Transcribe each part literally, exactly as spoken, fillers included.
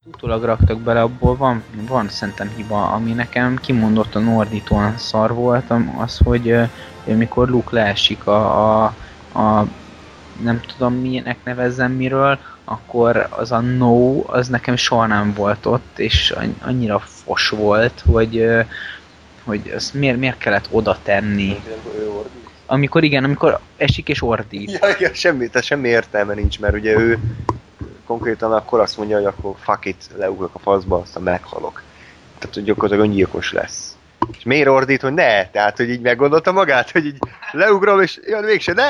Utólag raktak bele, abból van, van szerintem hiba, ami nekem kimondottan ordítóan szar volt, az, hogy ö, mikor Luke leesik a, a, a nem tudom minek nevezzem miről, akkor az a no, az nekem soha nem volt ott, és annyira fos volt, hogy, ö, hogy azt miért, miért kellett oda tenni. Amikor igen, amikor esik és ordít. Ja, ja, semmi, tehát semmi értelme nincs, mert ugye ő konkrétan akkor azt mondja, hogy akkor fuck it, leugrok a faszba, aztán meghalok. Tehát, hogy gyakorlatilag öngyilkos lesz. És miért ordít, hogy ne? Tehát, hogy így meggondolta magát, hogy így leugrom, és jön mégse, ne!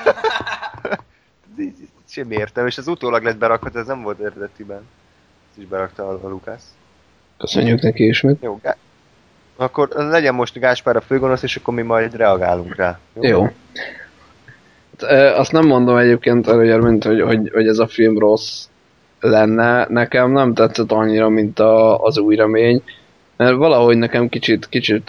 Semmi értelme, és az utólag lett berakva, ez nem volt eredetiben. Ezt is berakta a, a Lukász. Köszönjük neki ismét. Jó, gá- akkor legyen most Gáspár a főgonosz, és akkor mi majd reagálunk rá. Jó. Jó. Azt nem mondom egyébként előjár, mint hogy, hogy, hogy ez a film rossz lenne. Nekem nem tetszett annyira, mint a, az új remény. Mert valahogy nekem kicsit, kicsit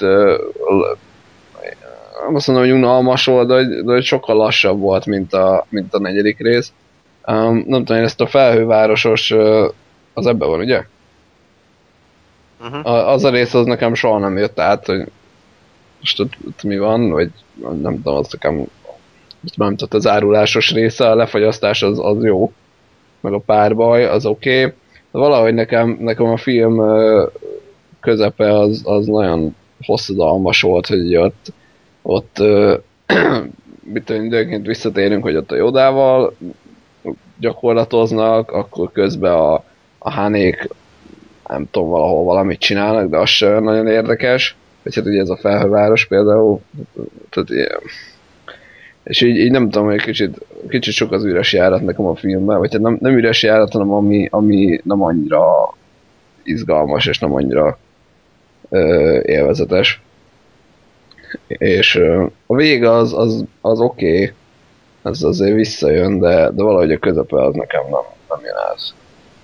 nem azt mondom, hogy unalmas volt, de, de hogy sokkal lassabb volt, mint a, mint a negyedik rész. Um, nem tudom, ezt a felhővárosos, az ebben van, ugye? Uh-huh. A, az a rész az nekem soha nem jött át, hogy most ott, ott mi van, vagy nem tudom, az nekem nem tudom, az árulásos része, a lefagyasztás az, az jó, meg a párbaj, az oké. Okay. Valahogy nekem, nekem a film közepe az, az nagyon hosszadalmas volt, hogy ott, ott mit tudom, időnként visszatérünk, hogy ott a Jodával gyakorlatoznak, akkor közben a, a Hanék nem tudom, valahol valamit csinálnak, de az sem nagyon érdekes. Vagy hát ugye ez a felhőváros például, tehát ilyen. És így, így nem tudom, hogy kicsit, kicsit sok az üres járat nekem a filmben, vagy hát nem, nem üres járat, hanem ami, ami nem annyira izgalmas, és nem annyira ö, élvezetes. És ö, a vége az, az, az oké, okay. Ez azért visszajön, de, de valahogy a közepe az nekem nem, nem jön át.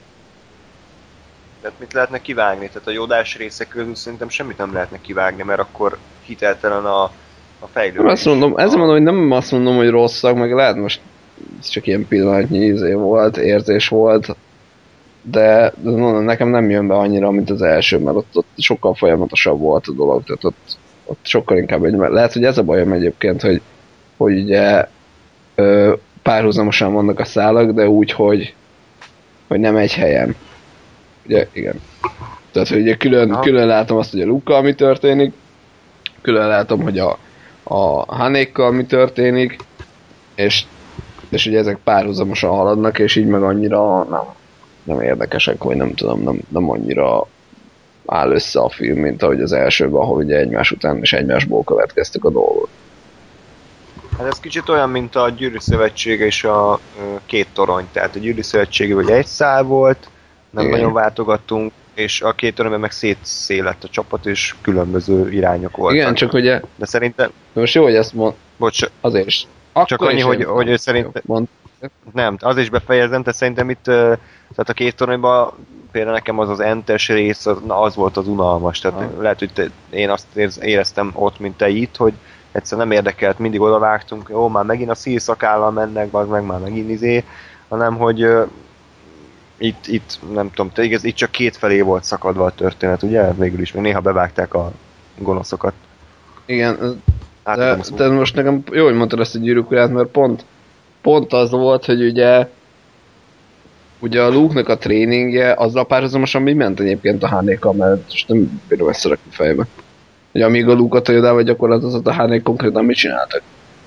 Tehát mit lehetne kivágni? Tehát a Jodás részek közül szerintem semmit nem lehetne kivágni, mert akkor hiteltelen a, a fejlődés. Nem azt mondom, ezzel mondom, hogy nem azt mondom, hogy rosszak, meg lehet most ez csak ilyen pillanatnyi izé volt, érzés volt, de, de mondom, nekem nem jön be annyira, mint az első, mert ott, ott sokkal folyamatosabb volt a dolog, tehát ott, ott sokkal inkább egy, lehet, hogy ez a bajom egyébként, hogy, hogy ugye ö, párhuzamosan vannak a szálak, de úgy, hogy, hogy nem egy helyen. Ugye, igen. Tehát, hogy ugye külön, külön látom azt, hogy a Luke-kal mi történik, külön látom, hogy a, a Hanékkal mi történik, és, és ugye ezek párhuzamosan haladnak, és így meg annyira nem, nem érdekesek, vagy nem tudom, nem, nem annyira áll össze a film, mint ahogy az elsőben, ahol ugye egymás után és egymásból következtek a dolgok. Hát ez kicsit olyan, mint a Gyűrű Szövetsége és a két torony. Tehát a Gyűrű Szövetsége ugye egy szál volt, nem igen. Nagyon váltogattunk, és a két toronyban meg szétszélett a csapat, és különböző irányok voltak. Igen, csak ugye... De szerintem... De most jó, hogy ezt mond... Bocs, azért is. Csak annyi, hogy, hogy ő szerint... Mond. Nem, az is befejezem, tehát szerintem itt tehát a két toronyban például nekem az az entes rész, az, na, az volt az unalmas. Tehát ha. Lehet, hogy te, én azt éreztem ott, mint te itt, hogy egyszerűen nem érdekelt, mindig oda vágtunk, jó, már megint a szírszakállal mennek, az meg már megint izé, hanem hogy uh, itt, itt, nem tudom, te igaz, itt csak két felé volt szakadva a történet, ugye? Végül is, még néha bevágták a gonoszokat. Igen, de, de most nekem jó, hogy mondtad ezt a Gyűrűk Urát, mert pont, pont az volt, hogy ugye ugye a Luke-nak a tréningje, azzal párhuzamosan mi ment egyébként a Hánékkal, mert most nem bírom ezt rakni fejbe. Hogy amíg a Luke-ot Jodával gyakorlatozott, a Hánék konkrétan mit csináltak?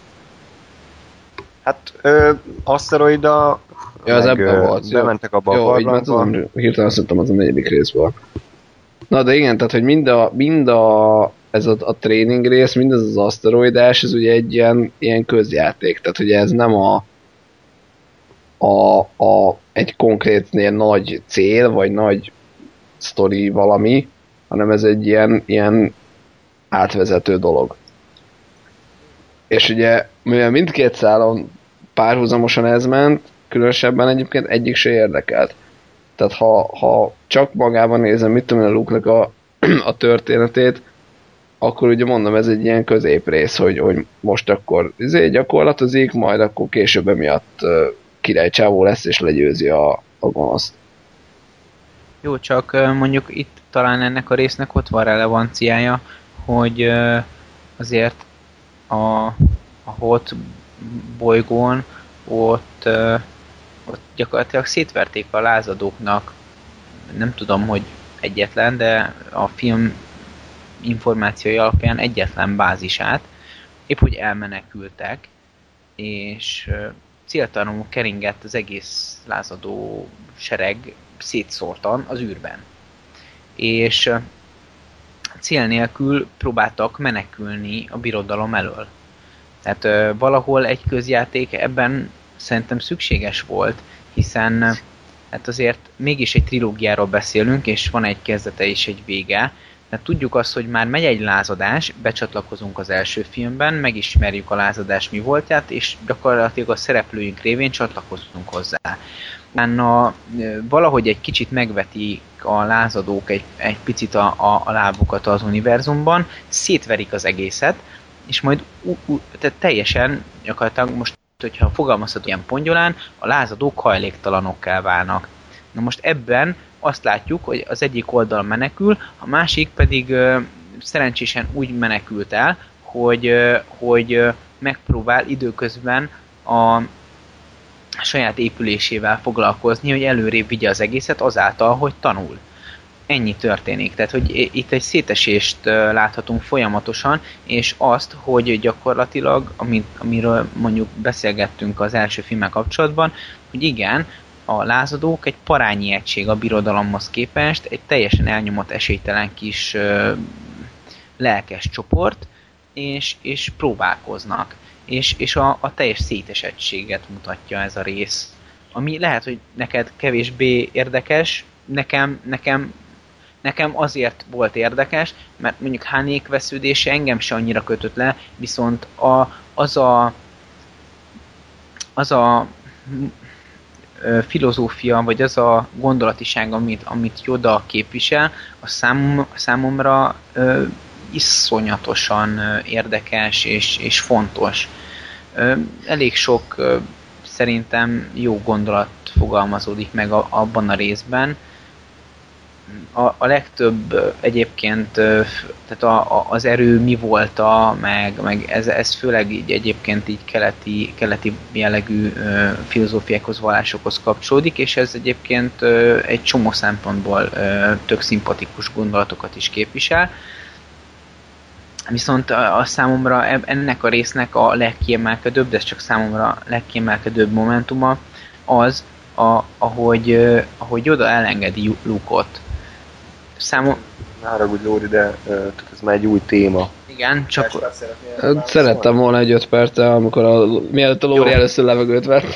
Hát, ö, aszteroida, ja, az ebben volt. Bementek abba jó, a barlangba. Így hirtelen azt mondtam, az a negyedik részből. Na de igen, tehát hogy mind a, mind a ez a, a tréning rész, mindez az aszteroidás, ez ugye egy ilyen, ilyen közjáték, tehát ugye ez nem a A, a, egy konkrétnél nagy cél, vagy nagy sztori valami, hanem ez egy ilyen, ilyen átvezető dolog. És ugye, mivel mindkét szálon párhuzamosan ez ment, különösebben egyébként egyik se érdekelt. Tehát ha, ha csak magában nézem, mit tudom én a Luke-nak a, a történetét, akkor ugye mondom, ez egy ilyen középrész, hogy, hogy most akkor izé gyakorlatozik, majd akkor később emiatt királycsávó lesz, és legyőzi a, a gonoszt. Jó, csak mondjuk itt talán ennek a résznek ott van relevanciája, hogy azért a, a hot bolygón ott, ott gyakorlatilag szétverték a lázadóknak, nem tudom, hogy egyetlen, de a film információi alapján egyetlen bázisát, épp hogy elmenekültek, és céltalanul keringett az egész lázadó sereg szétszórtan az űrben. És cél nélkül próbáltak menekülni a birodalom elől. Tehát valahol egy közjáték ebben szerintem szükséges volt, hiszen hát azért mégis egy trilógiáról beszélünk, és van egy kezdete és egy vége. Tehát tudjuk azt, hogy már megy egy lázadás, becsatlakozunk az első filmben, megismerjük a lázadás mi voltját, és gyakorlatilag a szereplőink révén csatlakozunk hozzá. Utána valahogy egy kicsit megvetik a lázadók egy, egy picit a, a, a lábukat az univerzumban, szétverik az egészet, és majd ú, ú, tehát teljesen gyakorlatilag most, hogyha fogalmazhatunk ilyen pongyolán, a lázadók hajléktalanokká válnak. Na most ebben azt látjuk, hogy az egyik oldal menekül, a másik pedig ö, szerencsésen úgy menekült el, hogy, ö, hogy ö, megpróbál időközben a saját épülésével foglalkozni, hogy előrébb vigye az egészet azáltal, hogy tanul. Ennyi történik. Tehát, hogy itt egy szétesést láthatunk folyamatosan, és azt, hogy gyakorlatilag, amit, amiről mondjuk beszélgettünk az első filmmel kapcsolatban, hogy igen, a lázadók egy parányi egység a birodalomhoz képest, egy teljesen elnyomott, esélytelen kis ö, lelkes csoport, és, és próbálkoznak. És, és a, a teljes szétesettséget mutatja ez a rész. Ami lehet, hogy neked kevésbé érdekes, nekem, nekem, nekem azért volt érdekes, mert mondjuk Hánék vesződése engem se annyira kötött le, viszont a, az a az a filozófia, vagy az a gondolatiság, amit, amit Yoda képvisel, a szám, számomra ö, iszonyatosan ö, érdekes és, és fontos. Ö, elég sok ö, szerintem jó gondolat fogalmazódik meg a, abban a részben. A, a legtöbb egyébként, tehát a, a, az erő mi volt a, meg, meg ez, ez főleg így egyébként így keleti, keleti jellegű ö, filozófiákhoz, vallásokhoz kapcsolódik, és ez egyébként ö, egy csomó szempontból ö, tök szimpatikus gondolatokat is képvisel. Viszont a, a számomra ennek a résznek a legkiemelkedőbb, de ez csak számomra legkiemelkedőbb momentuma az, a, ahogy, ö, ahogy Yoda elengedi Luke-ot. Számom... Háragudj, Lóri, de uh, ez már egy új téma. Igen, csak... Szerettem volna egy öt perccel, amikor a, mielőtt a Lóri először levegőt vett.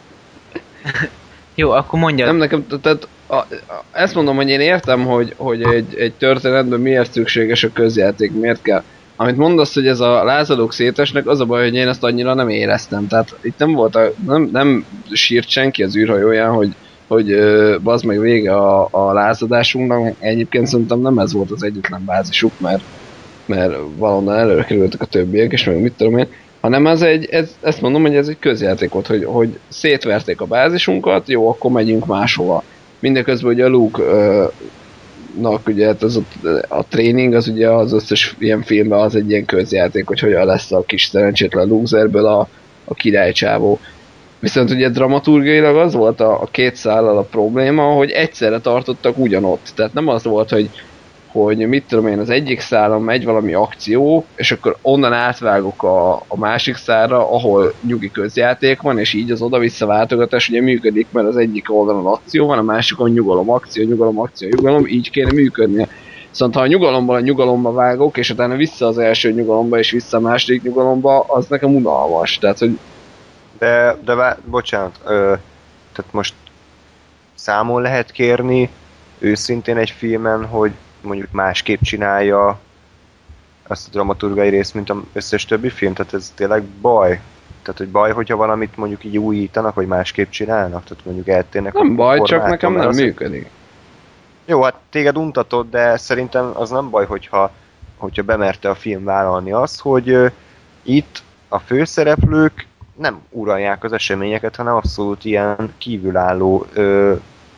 Jó, akkor mondjad. Nem, nekem, tehát a, a, ezt mondom, hogy én értem, hogy, hogy egy, egy történetben miért szükséges a közjáték, miért kell. Amit mondasz, hogy ez a lázadók szétesnek, az a baj, hogy én ezt annyira nem éreztem. Tehát itt nem volt, a, nem, nem sírt senki az űrhajóján, hogy hogy bazd meg vége a, a lázadásunknak. Egyébként szerintem nem ez volt az egyetlen bázisuk, mert, mert valahonnan előre kerültek a többiek, és meg mit tudom én, hanem ez egy, ez, ezt mondom, hogy ez egy közjáték volt, hogy, hogy szétverték a bázisunkat, jó, akkor megyünk máshova. Mindeközben ugye a Luke-nak ugye az a, a tréning, az ugye az összes ilyen filmben az egy ilyen közjáték, hogy hogyan lesz a kis szerencsétlen loserből a, a királycsávó. Viszont ugye dramaturgiailag az volt a, a két szállal a probléma, hogy egyszerre tartottak ugyanott. Tehát nem az volt, hogy, hogy mit tudom én, az egyik szálon megy valami akció, és akkor onnan átvágok a, a másik szálra, ahol nyugi közjáték van, és így az oda-vissza váltogatás ugye működik, mert az egyik oldalon akció van, a másikon nyugalom, akció, nyugalom, akció, nyugalom, így kéne működnie. Szóval ha a nyugalomból a nyugalomba vágok, és utána vissza az első nyugalomba, és vissza a második nyugalomba, az nekem unalmas. Tehát, hogy De, de vá- bocsánat, ö, tehát most számon lehet kérni őszintén egy filmen, hogy mondjuk másképp csinálja azt a dramaturgai részt, mint az összes többi film, tehát ez tényleg baj. Tehát, hogy baj, hogyha valamit mondjuk így újítanak, vagy másképp csinálnak, tehát mondjuk eltérnek. Nem baj, formától, csak nekem nem az... működik. Jó, hát téged untatod, de szerintem az nem baj, hogyha, hogyha bemerte a film vállalni azt, hogy uh, itt a főszereplők nem uralják az eseményeket, hanem abszolút ilyen kívülálló ö,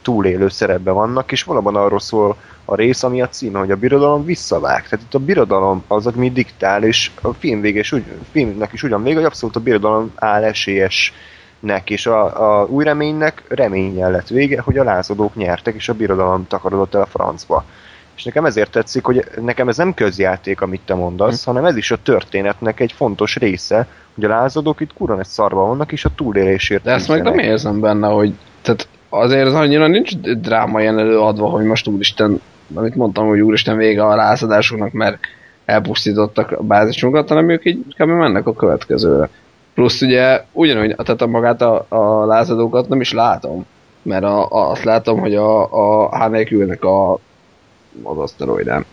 túlélő szerepben vannak, és valóban arról szól a rész, ami a címe, hogy a birodalom visszavág. Tehát itt a birodalom az, ami diktál, és a film vége is úgy, a filmnek is ugyan vége, hogy abszolút a birodalom áll esélyesnek, és a, a új reménynek reménnyel lett vége, hogy a lázadók nyertek, és a birodalom takarodott el a francba. És nekem ezért tetszik, hogy nekem ez nem közjáték, amit te mondasz, hm. hanem ez is a történetnek egy fontos része, hogy a lázadók itt kurva egy szarban vannak, és a túlélésért. De ezt meg nem érzem benne, hogy tehát azért az annyira nincs dráma ilyen előadva, hogy most úristen, amit mondtam, hogy úristen vége a lázadásoknak, mert elpusztítottak a bázisunkat, hanem ők így kb. Mennek a következőre. Plusz ugye ugyanúgy, tehát a magát a, a lázadókat nem is látom, mert a, a, azt látom, hogy a, a Hánék ülnek a, az aszteroidán.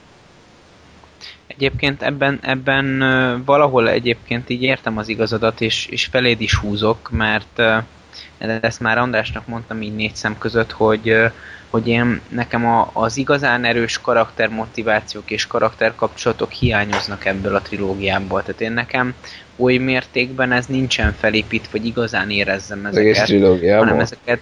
Egyébként ebben, ebben valahol egyébként így értem az igazadat, és, és feléd is húzok, mert ezt már Andrásnak mondtam így négy szem között, hogy, hogy én, nekem a, az igazán erős karaktermotivációk és karakterkapcsolatok hiányoznak ebből a trilógiából. Tehát én nekem oly mértékben ez nincsen felépítve, hogy igazán érezzem ezeket, hanem ezeket...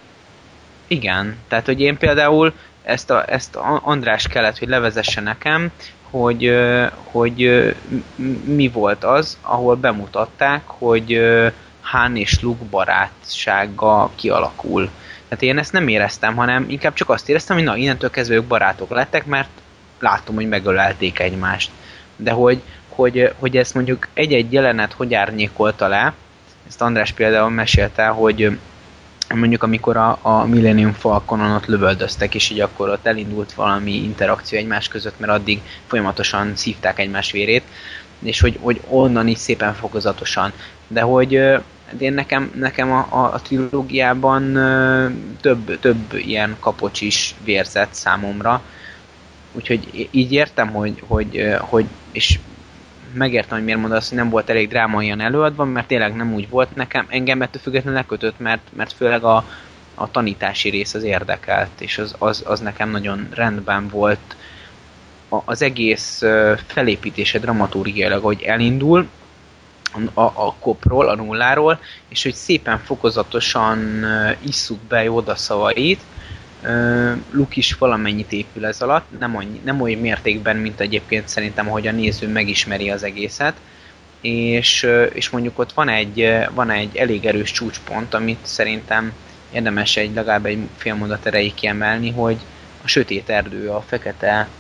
Igen, tehát hogy én például ezt, a, ezt a András kellett, hogy levezesse nekem, hogy, hogy mi volt az, ahol bemutatták, hogy Han és Luke barátsága kialakul. Tehát én ezt nem éreztem, hanem inkább csak azt éreztem, hogy na, innentől kezdve ők barátok lettek, mert látom, hogy megölelték egymást. De hogy, hogy, hogy ezt mondjuk egy-egy jelenet hogy árnyékolta le, ezt András például mesélte, hogy mondjuk amikor a, a Millennium Falconon ott lövöldöztek, és így akkor ott elindult valami interakció egymás között, mert addig folyamatosan szívták egymás vérét, és hogy, hogy onnan így szépen fokozatosan. De hogy de én nekem, nekem a, a, a trilógiában több, több ilyen kapocs is vérzett számomra, úgyhogy így értem, hogy, hogy, hogy és megértem, hogy miért mondasz, hogy nem volt elég dráma ilyen előadva, mert tényleg nem úgy volt nekem, engem ettől függetlenül lekötött, mert, mert főleg a, a tanítási rész az érdekelt, és az, az, az nekem nagyon rendben volt. A, az egész felépítése dramaturgiailag, hogy elindul a, a kopról, a nulláról, és hogy szépen fokozatosan isszuk be Yoda szavait, Luke is valamennyit épül ez alatt, nem, annyi, nem olyan mértékben, mint egyébként szerintem, ahogy a néző megismeri az egészet, és, és mondjuk ott van egy, van egy elég erős csúcspont, amit szerintem érdemes egy, legalább egy fél mondat erejéig kiemelni, hogy a sötét erdő, a fekete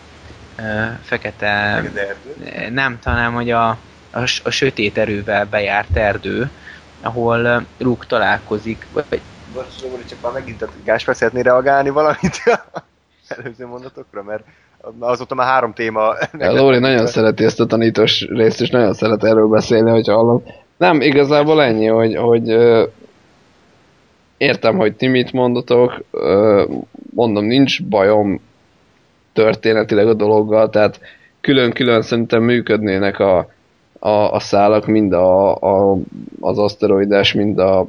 fekete, fekete nem, hanem hogy a, a, a sötét erővel bejárt erdő, ahol Luke találkozik, vagy Bocs, Zsomori, csak már megint a Gáspár szeretné reagálni valamit előző mondatokra, mert azóta már három téma... Ja, Lóri nagyon szereti ezt a tanítós részt, és nagyon szeret erről beszélni, hogyha hallom. Nem, igazából ennyi, hogy, hogy ö, értem, hogy ti mit mondatok, ö, mondom, nincs bajom történetileg a dologgal, tehát külön-külön szerintem működnének a, a, a szálak, mind a, a, az aszteroidás, mind a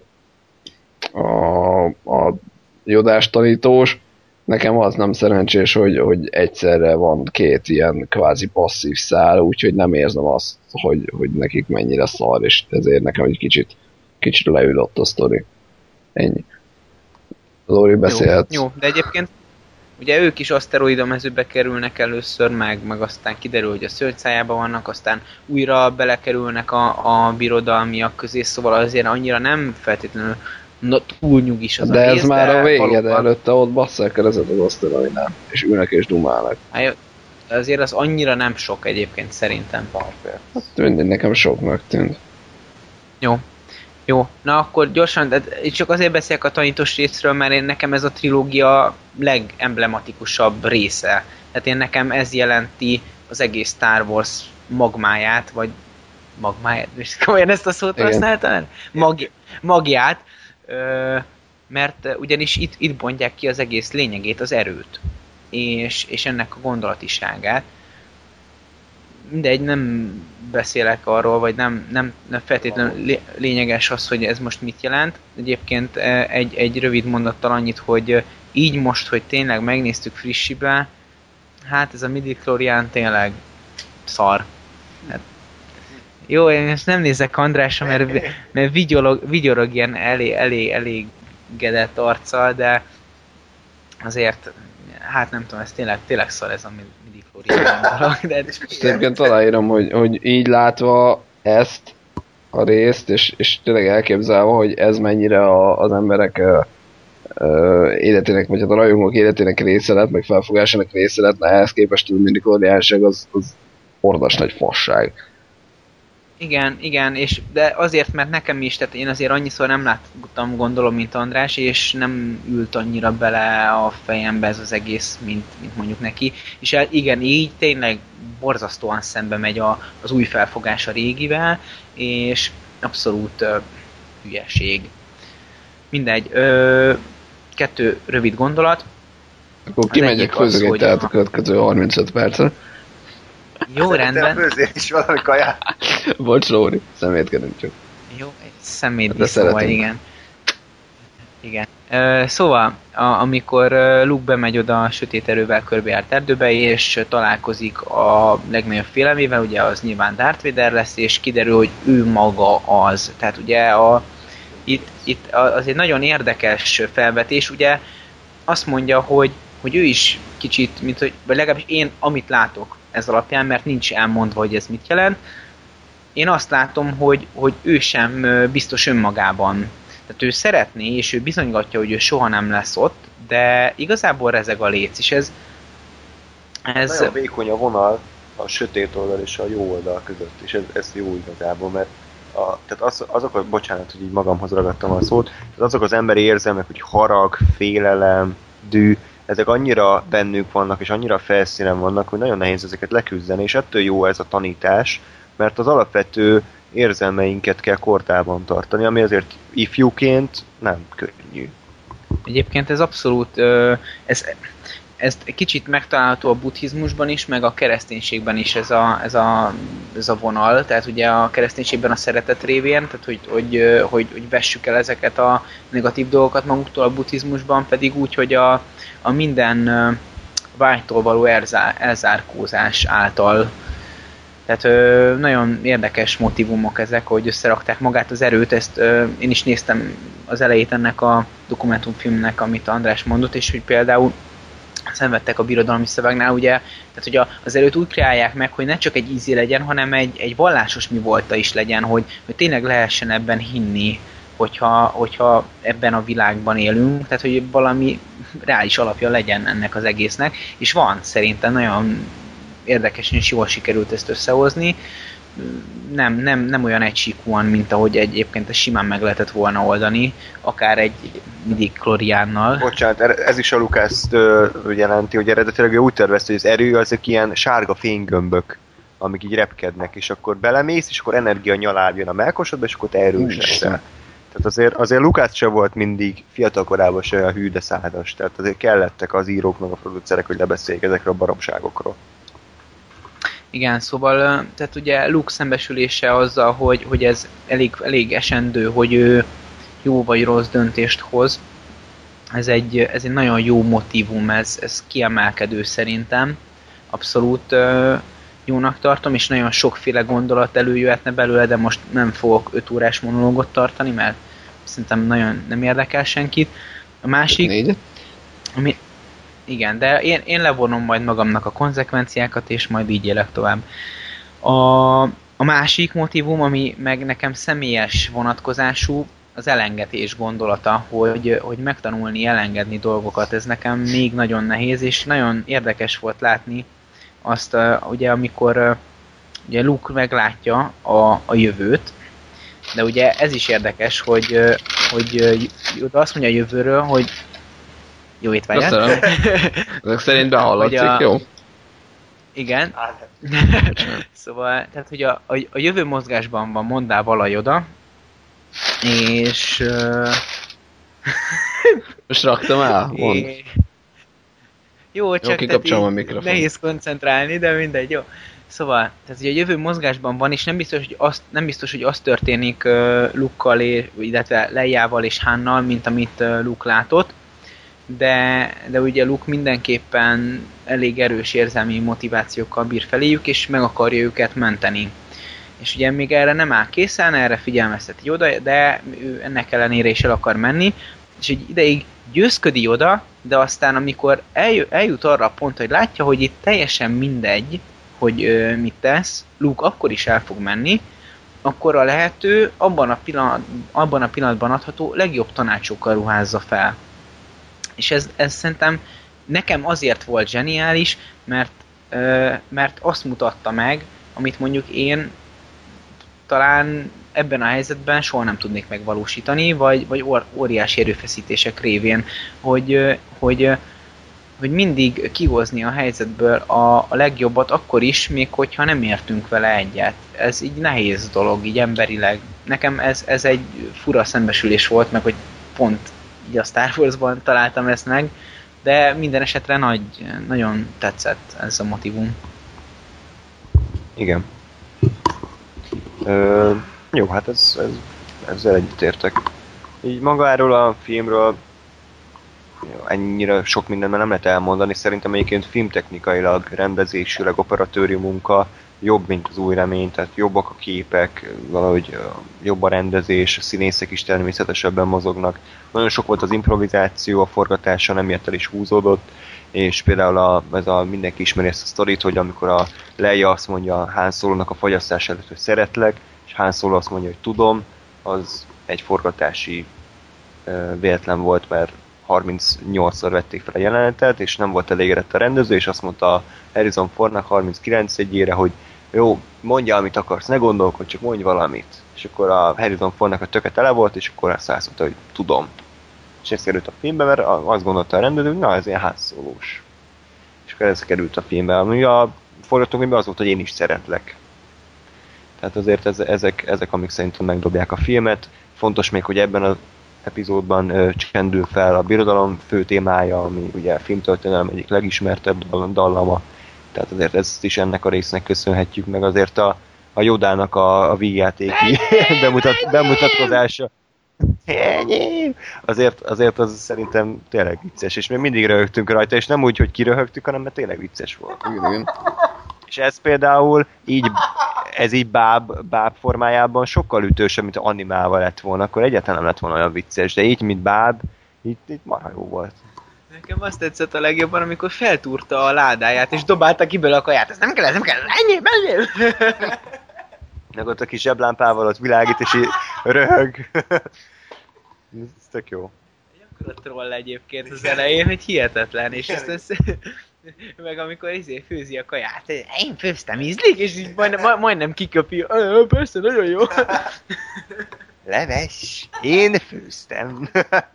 a, a jodás tanítós. Nekem az nem szerencsés, hogy, hogy egyszerre van két ilyen kvázi passzív szál, úgyhogy nem érzem azt, hogy, hogy nekik mennyire szar, és ezért nekem egy kicsit, kicsit leülött a sztori. Ennyi. Lóri, beszélhetsz. Jó, jó, de egyébként ugye ők is aszteroidomezőbe kerülnek először, meg, meg aztán kiderül, hogy a szőrcájában vannak, aztán újra belekerülnek a, a birodalmiak közé, szóval azért annyira nem feltétlenül na, túl nyugis az de a ez rész, már a vége, valóban... de előtte ott basszák keresztet az aszteroidán, és ülnek és dumálnak. Hát, azért az annyira nem sok egyébként szerintem. Hát mindig nekem soknak tűnt. Jó. Jó, na akkor gyorsan, de csak azért beszélek a tanítós részről, mert én nekem ez a trilógia legemblematikusabb része. Tehát én nekem ez jelenti az egész Star Wars magmáját, vagy magmáját, és komolyan ezt a szót használtam? Mag, magját, ö, mert ugyanis itt, itt bontják ki az egész lényegét, az erőt, és, és ennek a gondolatiságát. Mindegy, nem beszélek arról, vagy nem, nem, nem feltétlenül lényeges az, hogy ez most mit jelent. Egyébként egy, egy rövid mondattal annyit, hogy így most, hogy tényleg megnéztük frissibe, hát ez a midi-chlorian tényleg szar. Hát, jó, én most nem nézek Andrásra, mert, mert vigyorog, vigyorog ilyen elé, elé, elégedett arccal, de azért, hát nem tudom, ez tényleg, tényleg szar ez a midi-chlorián dolog, de... Egyébként aláírom, hogy, hogy így látva ezt a részt, és, és tényleg elképzelve, hogy ez mennyire a, az emberek ö, ö, életének, vagy hát a rajongók életének része lett, meg felfogásának része lett, ehhez képest a midi-chloriánság az, az ordas nagy fasság. Igen, igen, és de azért, mert nekem is, tehát én azért annyiszor nem láttam, gondolom, mint András, és nem ült annyira bele a fejembe ez az egész, mint, mint mondjuk neki. És igen, így tényleg borzasztóan szembe megy a, az új felfogás a régivel, és abszolút uh, hülyeség. Mindegy, uh, kettő rövid gondolat. Akkor kimegyek főzöget, tehát a következő harmincöt percre. Jó, rendben. Főzél is valami kaját. Bocs, Lóri, szemétkedünk csak. Jó, egy szemét szóval, igen. Igen. Uh, szóval, a, amikor uh, Luke bemegy oda a sötét erővel körbejárt erdőbe, és találkozik a legnagyobb félelmével, ugye az nyilván Darth Vader lesz, és kiderül, hogy ő maga az. Tehát ugye a, itt, itt az egy nagyon érdekes felvetés, ugye azt mondja, hogy, hogy ő is kicsit, mint hogy, vagy legalábbis én, amit látok ez alapján, mert nincs elmondva, hogy ez mit jelent, én azt látom, hogy, hogy ő sem biztos önmagában. Tehát ő szeretné, és ő bizonygatja, hogy ő soha nem lesz ott, de igazából rezeg a léc, és ez... ez... Nagyon vékony a vonal a sötét oldal és a jó oldal között, és ez, ez jó igazából, mert a, tehát az, azok, a, bocsánat, hogy így magamhoz ragadtam a szót, tehát azok az emberi érzelmek, hogy harag, félelem, dű, ezek annyira bennük vannak, és annyira felszínen vannak, hogy nagyon nehéz ezeket leküzdeni, és ettől jó ez a tanítás, mert az alapvető érzelmeinket kell kordában tartani, ami azért ifjúként nem könnyű. Egyébként ez abszolút, ez, ez kicsit megtalálható a buddhizmusban is, meg a kereszténységben is ez a, ez a, ez a vonal, tehát ugye a kereszténységben a szeretet révén, tehát hogy, hogy, hogy, hogy vessük el ezeket a negatív dolgokat magunktól, a buddhizmusban pedig úgy, hogy a, a minden vágytól való elzár, elzárkózás által. Tehát ö, nagyon érdekes motivumok ezek, hogy összerakták magát az erőt, ezt ö, én is néztem az elejét ennek a dokumentumfilmnek, amit András mondott, és hogy például szenvedtek a birodalmi szövegnál, ugye, tehát hogy a, az erőt úgy kreálják meg, hogy ne csak egy ízé legyen, hanem egy, egy vallásos mi volta is legyen, hogy, hogy tényleg lehessen ebben hinni, hogyha, hogyha ebben a világban élünk, tehát hogy valami reális alapja legyen ennek az egésznek, és van szerintem nagyon érdekesen és jól sikerült ezt összehozni. Nem, nem, nem olyan egysíkúan, mint ahogy egyébként simán meg lehetett volna oldani, akár egy midi-chloriánnal. Bocsánat, ez is a Lucas-t jelenti, hogy eredetileg úgy tervezte, hogy az erő azok ilyen sárga fénygömbök, amik így repkednek, és akkor belemész, és akkor energia nyalár jön a mellkosodba, és akkor te erős leszel. Tehát azért, azért Lucas se volt mindig fiatal korában se olyan hű, de szádas. Tehát azért kellettek az írók meg a producerek, hogy lebeszéljék ezekről a baromságokról. Igen, szóval, tehát ugye Luke szembesülése azzal, hogy, hogy ez elég, elég esendő, hogy ő jó vagy rossz döntést hoz. Ez egy, ez egy nagyon jó motívum, ez, ez kiemelkedő szerintem. Abszolút uh, jónak tartom, és nagyon sokféle gondolat előjöhetne belőle, de most nem fogok öt órás monológot tartani, mert szerintem nagyon nem érdekel senkit. A másik... Ami, igen, de én, én levonom majd magamnak a konzekvenciákat, és majd így élek tovább. A, a másik motívum, ami meg nekem személyes vonatkozású, az elengedés gondolata, hogy, hogy megtanulni elengedni dolgokat, ez nekem még nagyon nehéz, és nagyon érdekes volt látni azt, ugye amikor ugye Luke meglátja a, a jövőt, de ugye ez is érdekes, hogy, hogy azt mondja a jövőről, hogy jó étvágyat. Ezek szerint behallatszik, a... jó? Igen. Szóval, tehát, hogy a, a, a jövő mozgásban van, mondál vala Yoda, és... Uh... Most raktam el? Mondd. É... Jó, csak jó, a mikrofon. Nehéz koncentrálni, de mindegy, jó. Szóval, tehát ugye a jövő mozgásban van, és nem biztos, hogy az, nem biztos, hogy az történik uh, Luke-kal, illetve Leiával és Hannal, mint amit uh, Luke látott, de, de ugye Luke mindenképpen elég erős érzelmi motivációkkal bír feléjük, és meg akarja őket menteni. És ugye még erre nem áll készen, erre figyelmezteti Yoda, de ő ennek ellenére is el akar menni, és egy ideig győzködi oda, de aztán amikor eljö, eljut arra a pontra, hogy látja, hogy itt teljesen mindegy, hogy ö, mit tesz, Luke akkor is el fog menni, akkor a lehető abban a, pillanat, abban a pillanatban adható legjobb tanácsokkal ruházza fel. És ez, ez szerintem nekem azért volt zseniális, mert, ö, mert azt mutatta meg, amit mondjuk én talán ebben a helyzetben soha nem tudnék megvalósítani, vagy, vagy óriási erőfeszítések révén, hogy, hogy, hogy mindig kihozni a helyzetből a, a legjobbat akkor is, még hogyha nem értünk vele egyet. Ez így nehéz dolog, így emberileg. Nekem ez, ez egy fura szembesülés volt, meg hogy pont így a Star Wars-ban találtam ezt meg, de minden esetre nagy, nagyon tetszett ez a motivum. Igen. Ö, jó, hát ez, ez, ezzel együttértek. Így magáról a filmről jó, ennyire sok mindent nem lehet elmondani. Szerintem egyébként filmtechnikailag, rendezésileg, operatőri munka jobb, mint az Új Remény, tehát jobbak a képek, valahogy jobb a rendezés, a színészek is természetesebben mozognak. Nagyon sok volt az improvizáció, a forgatása nem ilyet el is húzódott, és például a, ez a, mindenki ismeri ezt a sztorit, hogy amikor a Leia azt mondja Han Solo-nak a fagyasztás előtt, hogy szeretlek, és Han Solo azt mondja, hogy tudom, az egy forgatási uh, véletlen volt, mert harmincnyolcszor vették fel a jelenetet, és nem volt elégedett a rendező, és azt mondta Harrison Fordnak harminckilenc egyére, hogy jó, mondja, amit akarsz, ne gondolkodj, csak mondj valamit. És akkor a Harrison Fordnak a töke tele volt, és akkor azt mondta, hogy tudom. És ez került a filmbe, mert azt gondolta a rendező, hogy na, ez ilyen hátszólós. És akkor ez került a filmbe. Ami a forgatókönyvben az volt, hogy én is szeretlek. Tehát azért ez, ezek, ezek, amik szerintem megdobják a filmet. Fontos még, hogy ebben az epizódban ö, csendül fel a birodalom fő témája, ami ugye a filmtörténelem egyik legismertebb dallama. Tehát azért ezt is ennek a résznek köszönhetjük, meg azért a, a Yodának a, a vígjátéki bemutat, bemutatkozása. Azért, azért az szerintem tényleg vicces, és még mindig röhögtünk rajta, és nem úgy, hogy kiröhögtük, hanem mert tényleg vicces volt. Igen. És ez például így, ez így báb, báb formájában sokkal ütősebb, mint animálva lett volna, akkor egyáltalán nem lett volna olyan vicces, de így, mint báb, itt, itt marha jó volt. Nekem azt tetszett a legjobban, amikor feltúrta a ládáját, és dobálta ki belőle a kaját. Ez nem kell, ez nem kell, ennyi, ennyi! Meg ott a kis zseblámpával ott világít, és így röhög. Ez tök jó. Egy akkora troll egyébként az elején, hogy hihetetlen, és ezt, ezt meg amikor izé főzi a kaját, én főztem, ízlik, és így majdnem, majdnem kiköpi, persze, nagyon jó. Leves, én főztem.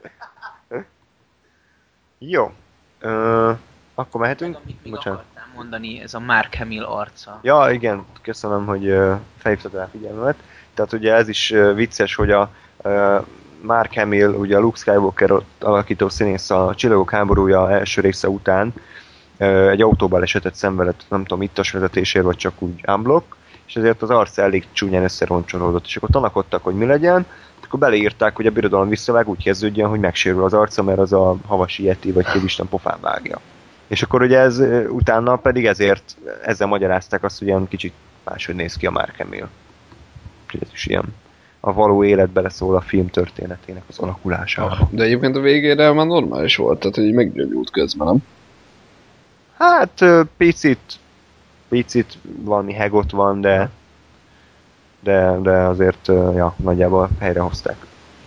Jó. Ö, akkor mehetünk? Meg, amit még akartál mondani, ez a Mark Hamill arca. Ja, igen, köszönöm, hogy uh, felhívtad rá figyelmet. Tehát ugye ez is uh, vicces, hogy a uh, Mark Hamill, ugye a Luke Skywalker alakító színész a Csillagok háborúja első része után uh, egy autóbalesetet szenvedett, nem tudom, ittas vezetésért, vagy csak úgy unblock, és ezért az arca elég csúnyán összeroncsolódott, és akkor tanakodtak, hogy mi legyen, akkor beleírták, hogy a birodalom visszavág, úgy kezdődjön, hogy megsérül az arca, mert az a havasi yeti vagy képisten pofán vágja. És akkor ugye ez utána pedig ezért, ezzel magyarázták azt, hogy ilyen kicsit máshogy néz ki a Mark Hamill. Úgyhogy ez is ilyen a való élet beleszól a film történetének az alakulására. De egyébként a végére már normális volt, tehát hogy meggyógyult közben, nem? Hát picit, picit valami hegot van, de de, de azért ja, nagyjából helyrehozták.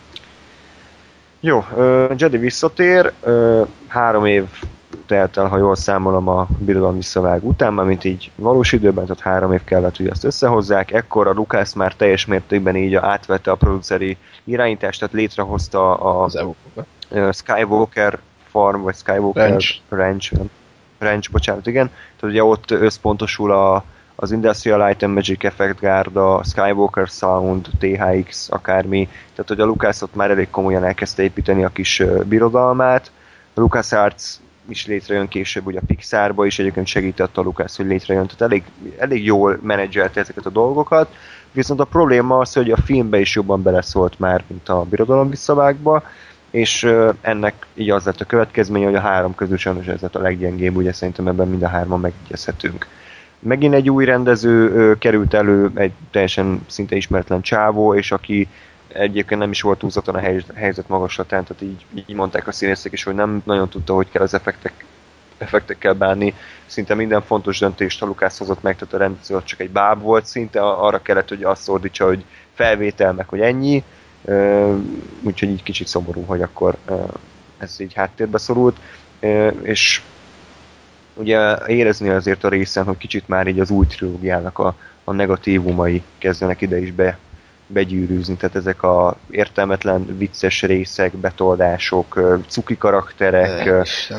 Jó, uh, Jedi visszatér, uh, három év telt el, ha jól számolom, a birodalom visszavág után, mint így valós időben, tehát három év kellett, hogy ezt összehozzák. Ekkor a Lucas már teljes mértékben így átvette a produceri irányítást, tehát létrehozta a, az uh, Skywalker Farm, vagy Skywalker Ranch. Ranch, Ranch, bocsánat, igen. Tehát ugye ott összpontosul a az Industrial Light and Magic Effect Guard, a Skywalker Sound, té há iksz, akármi. Tehát, hogy a Lucas ott már elég komolyan elkezdte építeni a kis uh, birodalmát. A LucasArts is létrejön később, ugye a Pixarba is egyébként segített a Lucas, hogy létrejön. Tehát elég, elég jól menedzselte ezeket a dolgokat. Viszont a probléma az, hogy a filmbe is jobban beleszólt már, mint a birodalom visszavágba, és uh, ennek így az lett a következménye, hogy a három közül sajnos ez lett a leggyengébb, ugye szerintem ebben mind a hárman megegyezhetünk. Megint egy új rendező ö, került elő, egy teljesen szinte ismeretlen csávó, és aki egyébként nem is volt túlzaton a hely, helyzet magaslatán, tehát így, így mondták a színészek is, hogy nem nagyon tudta, hogy kell az effektek, effektekkel bánni. Szinte minden fontos döntést a Lucas hozott meg, tehát a rendező csak egy báb volt, szinte arra kellett, hogy azt ordítsa, hogy felvétel meg, hogy ennyi. Úgyhogy így kicsit szomorú, hogy akkor ez így háttérbe szorult. És ugye érezni azért a részen, hogy kicsit már így az új trilógiának a, a negatívumai kezdenek ide is be, begyűrűzni, tehát ezek a értelmetlen vicces részek, betoldások, cuki karakterek,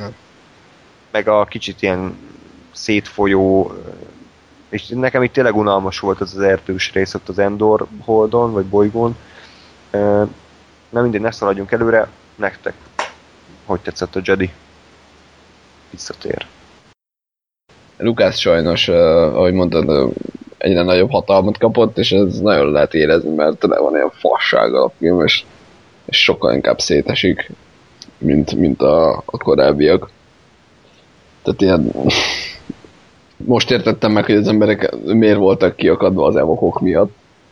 meg a kicsit ilyen szétfolyó, és nekem itt tényleg unalmas volt az az erdős rész ott az Endor holdon, vagy bolygón. Nem mindegy, ne szaladjunk előre, nektek hogy tetszett a Jedi? Visszatér. Lucas sajnos, uh, ahogy mondtad, uh, egyre nagyobb hatalmat kapott, és ez nagyon lehet érezni, mert tele van ilyen fassággal a film, és, és sokkal inkább szétesik, mint, mint a, a korábbiak. Tehát ilyen... Most értettem meg, hogy az emberek miért voltak kiakadva az evokok miatt.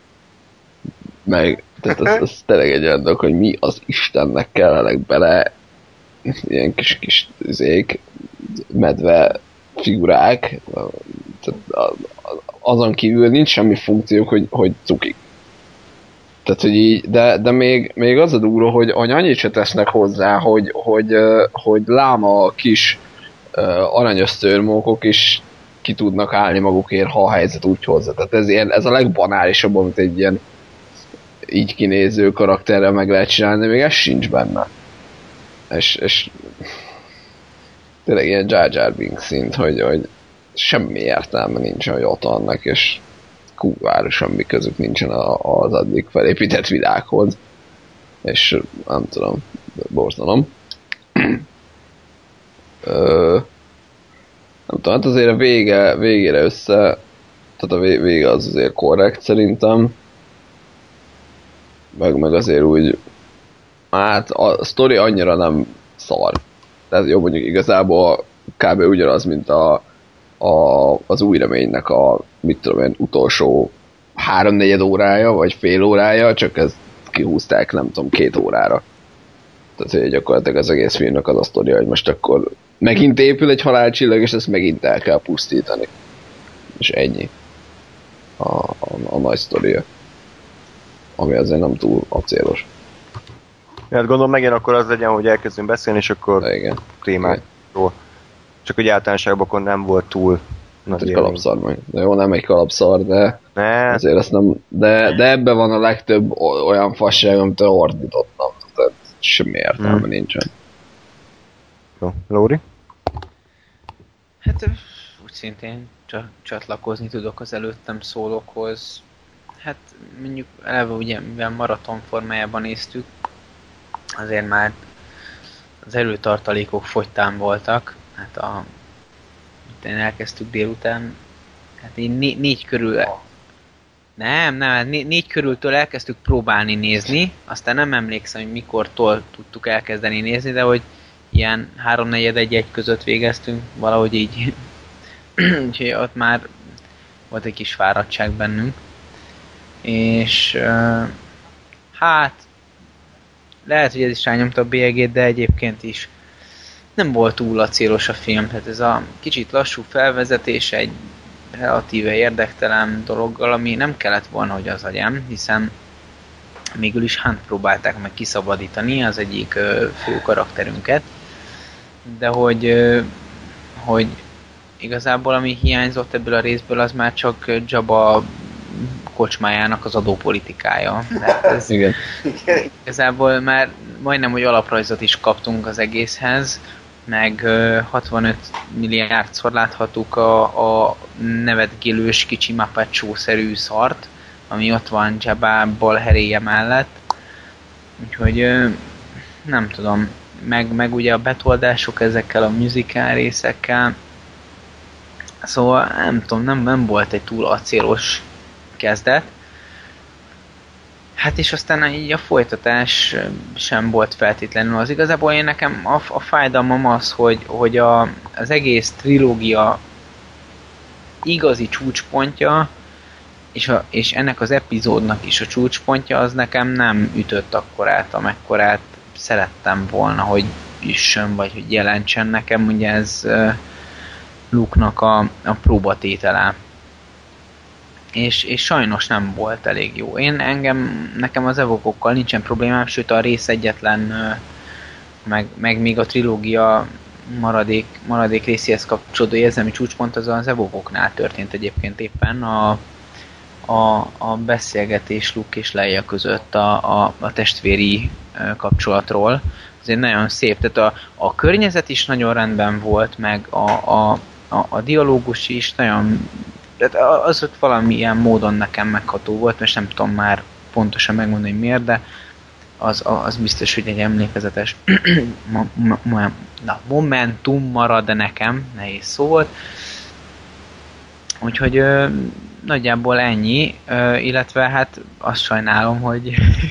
Meg, tehát az, az tényleg egy olyan dolog, hogy mi az Istennek kellenek bele ilyen kis, kis zék, medve figurák, tehát azon kívül nincs semmi funkciók, hogy, hogy cukik. Tehát, hogy így, de, de még, még az a durva, hogy, hogy annyit se tesznek hozzá, hogy, hogy, hogy láma kis aranyos szőrmókok is ki tudnak állni magukért, ha a helyzet úgy hozza. Tehát ez, ilyen, ez a legbanálisabb, amit egy ilyen így kinéző karakterrel meg lehet csinálni, de még ez sincs benne. És, és tényleg ilyen Jar Jar Binks szint, hogy, hogy semmi értelme nincsen, hogy ott vannak, és kurvára semmi közük nincsen az addig felépített világhoz. És nem tudom, borzalom. Ö, nem tudom, hát azért a vége, végére össze, tehát a vége az azért korrekt szerintem. Meg, meg azért úgy, hát a sztori annyira nem szar. Tehát jó, mondjuk igazából kb. Ugyanaz, mint a, a, az új reménynek a, mit tudom én, utolsó háromnegyed órája, vagy fél órája, csak ezt kihúzták, nem tudom, két órára. Tehát, hogy gyakorlatilag az egész filmnek az a sztoria, hogy most akkor megint épül egy halálcsillag, és ezt megint el kell pusztítani. És ennyi. A, a, a nagy sztoria. Ami azért nem túl acélos. Hát gondolom megint akkor az legyen, hogy elkezdünk beszélni, és akkor igen. témákról. Csak hogy általánosságban akkor nem volt túl nagy egy kalapszar meg. De jó, nem egy kalapszar, de ne. Azért ezt nem... De, de ebben van a legtöbb olyan fasság, amit ordítottam. Tehát semmi értelme hmm. nincsen. Jó, Lóri? Hát úgy szintén csak csatlakozni tudok az előttem szólókhoz. Hát mondjuk eleve ugye, mivel maraton formájában néztük, azért már az előtartalékok fogytán voltak. Hát a... Én elkezdtük délután, hát én né- négy körül... Nem, nem, né- négy körültől elkezdtük próbálni nézni, aztán nem emlékszem, hogy mikortól tudtuk elkezdeni nézni, de hogy ilyen háromnegyed egy-egy között végeztünk, valahogy így. Úgyhogy ott már volt egy kis fáradtság bennünk. És uh, hát lehet, hogy ez is rányomta a bélyegét, de egyébként is nem volt túl acélos a film. Tehát ez a kicsit lassú felvezetés egy relatíve érdektelen dologgal, ami nem kellett volna, hogy az legyen, hiszen mégül is Hunt próbálták meg kiszabadítani, az egyik uh, fő karakterünket, de hogy, uh, hogy igazából ami hiányzott ebből a részből, az már csak Jabba kocsmájának az adópolitikája. Ez igen. Igazából már majdnem, hogy alaprajzot is kaptunk az egészhez, meg uh, hatvanöt milliárdszor láthattuk a, a nevetgélős kicsi Mapacsó-szerű szart, ami ott van Jabba balheréje mellett. Úgyhogy uh, nem tudom, meg, meg ugye a betoldások ezekkel a musical részekkel, szóval nem tudom, nem, nem volt egy túl acélos kezdet. Hát és aztán így a folytatás sem volt feltétlenül az. Igazából én nekem a, a fájdalmam az, hogy, hogy a, az egész trilógia igazi csúcspontja és, a, és ennek az epizódnak is a csúcspontja az nekem nem ütött akkorát, amekkorát szerettem volna, hogy üssön, vagy hogy jelentsen nekem, ugye ez uh, Luke-nak a, a próbatétele. És, és sajnos nem volt elég jó. Én engem, nekem az evokokkal nincsen problémám, sőt a rész egyetlen, uh, meg, meg még a trilógia maradék, maradék részéhez kapcsolódó érzelmi csúcspont az az evokoknál történt egyébként éppen a, a, a beszélgetés Luke és Leia között a, a, a testvéri kapcsolatról. Azért nagyon szép, tehát a, a környezet is nagyon rendben volt, meg a, a, a, a dialógus is nagyon, tehát az ott valamilyen módon nekem megható volt, és nem tudom már pontosan megmondani, hogy miért, de az, az biztos, hogy egy emlékezetes ma, ma, ma, na, momentum marad nekem, nehéz szó volt. Úgyhogy ö, nagyjából ennyi, ö, illetve hát azt sajnálom, hogy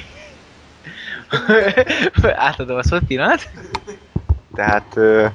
átadom a szót, pillanat. Tehát ö...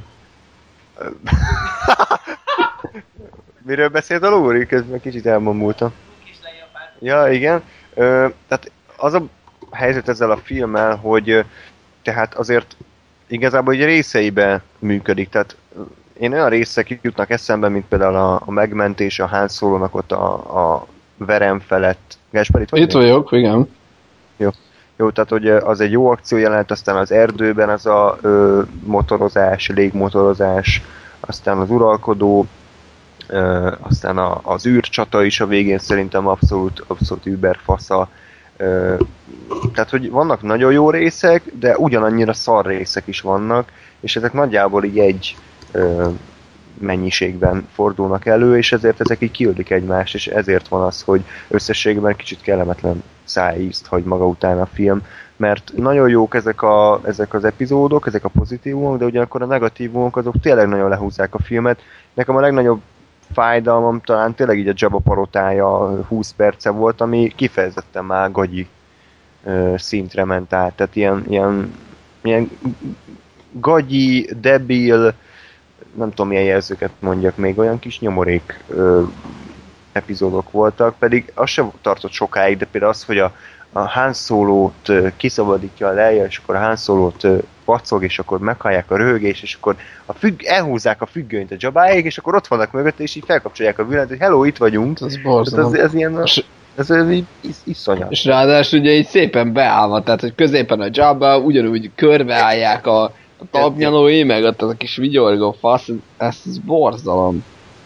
miről beszélt a Lóri? Közben kicsit elmomultam. Ja, igen. Ö, tehát az a helyzet ezzel a filmmel, hogy tehát azért igazából egy részeiben működik. Tehát én olyan részek jutnak eszembe, mint például a, a megmentés, a Han Solo-nak ott a, a verem felett. Gáspár, itt vagy? Itt vagyok, igen. Jó. Jó, tehát hogy az egy jó akció jelent, aztán az erdőben az a ö, motorozás, légmotorozás, aztán az uralkodó, ö, aztán a, az űrcsata is a végén szerintem abszolút, abszolút überfasza. Ö, tehát, hogy vannak nagyon jó részek, de ugyanannyira szar részek is vannak, és ezek nagyjából így egy ö, mennyiségben fordulnak elő, és ezért ezek így kiölik egymást, és ezért van az, hogy összességben kicsit kellemetlen szájízt hagy maga után a film, mert nagyon jók ezek, a, ezek az epizódok, ezek a pozitívumok, de ugyanakkor a negatívumok azok tényleg nagyon lehúzzák a filmet. Nekem a legnagyobb fájdalmam talán tényleg így a Jabba palotája húsz perce volt, ami kifejezetten már gagyi ö, szintre ment át, tehát ilyen, ilyen, ilyen gagyi, debil, nem tudom milyen jelzőket mondjak még, olyan kis nyomorék ö, epizódok voltak, pedig az sem tartott sokáig, de például az, hogy a, a Han Solo-t ö, kiszabadítja a Leia, és akkor a Han Solo-t ö, pacog, és akkor meghallják a röhögés, és akkor a függ, elhúzzák a függönyt a Jabbaék, és akkor ott vannak mögött, és így felkapcsolják a villanyt, hogy hello, itt vagyunk. Ez borzalom. Ez, ez ilyen, ez, ez így is, iszonyat. És ráadásul ugye így szépen beállva, tehát hogy középen a Jabba, ugyanúgy körbeállják a, a tapnyalói, meg ott az a kis vigyorgó fasz, ez, ez borzalom.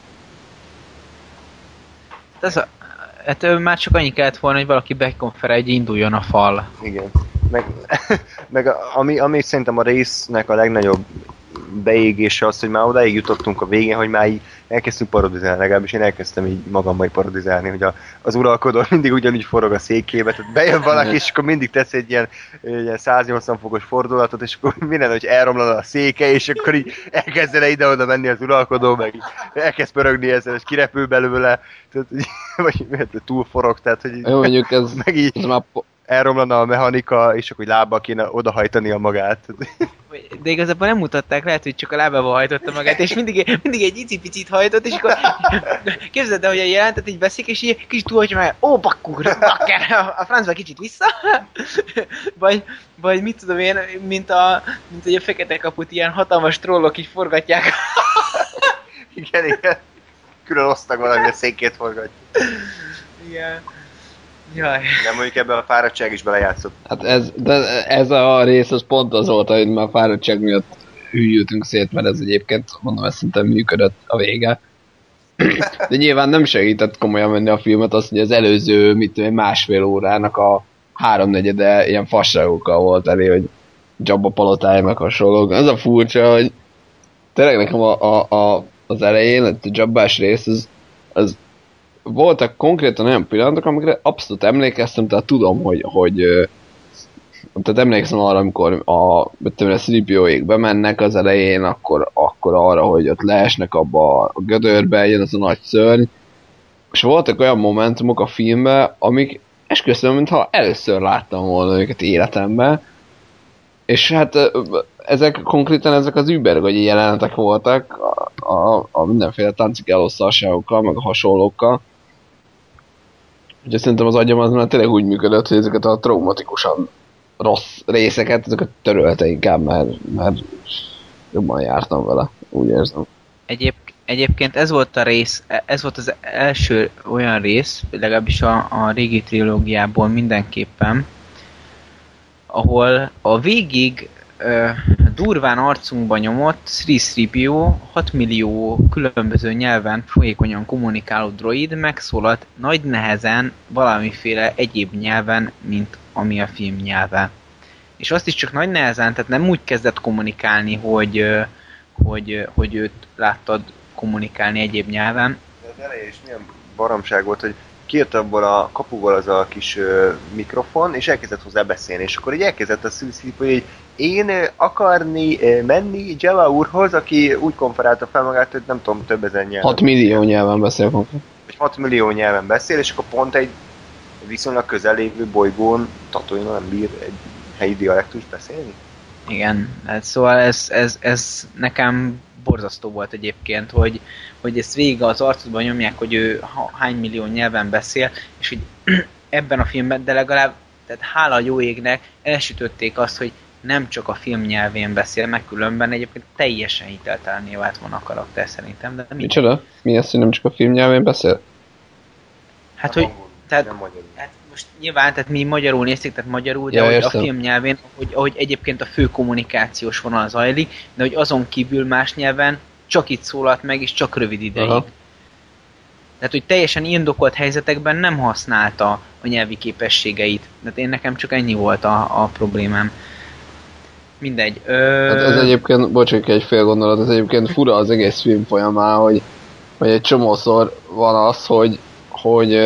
Ez a, hát már csak annyi kellett volna, hogy valaki bekonferál, hogy induljon a fal. Igen. Meg, meg a, ami, ami szerintem a résznek a legnagyobb beégése az, hogy már odáig jutottunk a végén, hogy már így elkezdtünk parodizálni, legalábbis én elkezdtem így magammal parodizálni, hogy a, az uralkodó mindig ugyanúgy forog a székébe, tehát bejön valaki, és akkor mindig tesz egy ilyen, egy ilyen száznyolcvan fokos fordulatot, és akkor minden, hogy elromlana a széke, és akkor így elkezdene ide-oda menni az uralkodó, meg elkezd pörögni ezzel, és kirepül belőle, tehát, vagy túl forog, tehát hogy így, jó, mondjuk ez, meg így, ez már elromlana a mechanika, és akkor lábbal kéne odahajtania magát. De igazából nem mutatták, lehet, hogy csak a lábával hajtotta magát, és mindig, mindig egy icipicit hajtott, és akkor képzeld el, hogy a jelentet így veszik, és így kicsit túlhagyja meg, ó, bakkur, bakker, a francba kicsit vissza, vagy, vagy mit tudom én, mint a, mint hogy a fekete kaput ilyen hatalmas trollok így forgatják. Igen, igen. Külön osztag valami, a székét forgatja. Igen. Jaj. De mondjuk ebben a fáradtság is belejátszott. hát ez, de ez a rész az pont az volt, hogy már fáradtság miatt hűltünk szét, mert ez egyébként, mondom, ez szerintem működött a vége. De nyilván nem segített komolyan menni a filmet az, hogy az előző, mit tudom, másfél órának a háromnegyede ilyen fasságokkal volt elé, hogy Jabba palotája meg hasonlók. Az a furcsa, hogy tényleg nekem a, a, a, az elején, a Jabbás rész, az, az voltak konkrétan olyan pillanatok, amikre abszolút emlékeztem, tehát tudom, hogy, hogy tehát emlékszem arra, amikor a, a három pé ó-ék bemennek az elején, akkor, akkor arra, hogy ott leesnek abba a gödörbe, jön az a nagy szörny, és voltak olyan momentumok a filmben, amik esküszöm, mintha először láttam volna őket életemben, és hát ezek konkrétan ezek az übergagyi jelenetek voltak, a, a, a mindenféle táncigáló szarságokkal, meg a hasonlókkal. Úgyhogy szerintem az agyam az már tényleg úgy működött, hogy ezeket a traumatikusan rossz részeket, ezeket törölte inkább, mert, mert jobban jártam vele, úgy érzem. Egyéb, egyébként ez volt a rész, ez volt az első olyan rész, legalábbis a, a régi trilógiából mindenképpen, ahol a végig uh, durván arcunkba nyomott három cé pé o hat millió különböző nyelven folyékonyan kommunikáló droid megszólalt nagy nehezen valamiféle egyéb nyelven, mint ami a film nyelve. És azt is csak nagy nehezen, tehát nem úgy kezdett kommunikálni, hogy, uh, hogy, uh, hogy őt láttad kommunikálni egyéb nyelven. De az eleje is milyen baromság volt, hogy kijött abból a kapuból az a kis uh, mikrofon, és elkezdett hozzá beszélni, és akkor így elkezdett a szűszíp, hogy így, én uh, akarni uh, menni Java úrhoz, aki úgy konferálta fel magát, hogy nem tudom, több ezer nyelven. hat millió nyelven beszél konkrét. Vagy hat millió nyelven beszél, és akkor pont egy viszonylag közel lévő bolygón Tatooine nem bír egy helyi dialektust beszélni? Igen, hát szóval ez, ez, ez nekem borzasztó volt egyébként, hogy, hogy ezt végig az arcodban nyomják, hogy ő hány millió nyelven beszél, és hogy ebben a filmben, de legalább, tehát hála jó égnek elsütötték azt, hogy nem csak a film nyelvén beszél, meg különben egyébként teljesen hiteltelenné vált volna a karakter szerintem. De micsoda? Mi az, hogy nem csak a film nyelvén beszél? Hát, hogy... Tehát, hát most nyilván, tehát mi magyarul nézték, tehát magyarul, de ja, a film nyelvén, hogy, ahogy egyébként a fő kommunikációs vonal zajlik, de hogy azon kívül más nyelven csak itt szólalt meg, és csak rövid ideig. Aha. Tehát, hogy teljesen indokolt helyzetekben nem használta a nyelvi képességeit. Tehát én nekem csak ennyi volt a, a problémám. Mindegy. Ö... Hát ez egyébként, bocsánat, egy fél gondolat, ez egyébként fura az egész film folyamán, hogy, hogy egy csomószor van az, hogy, hogy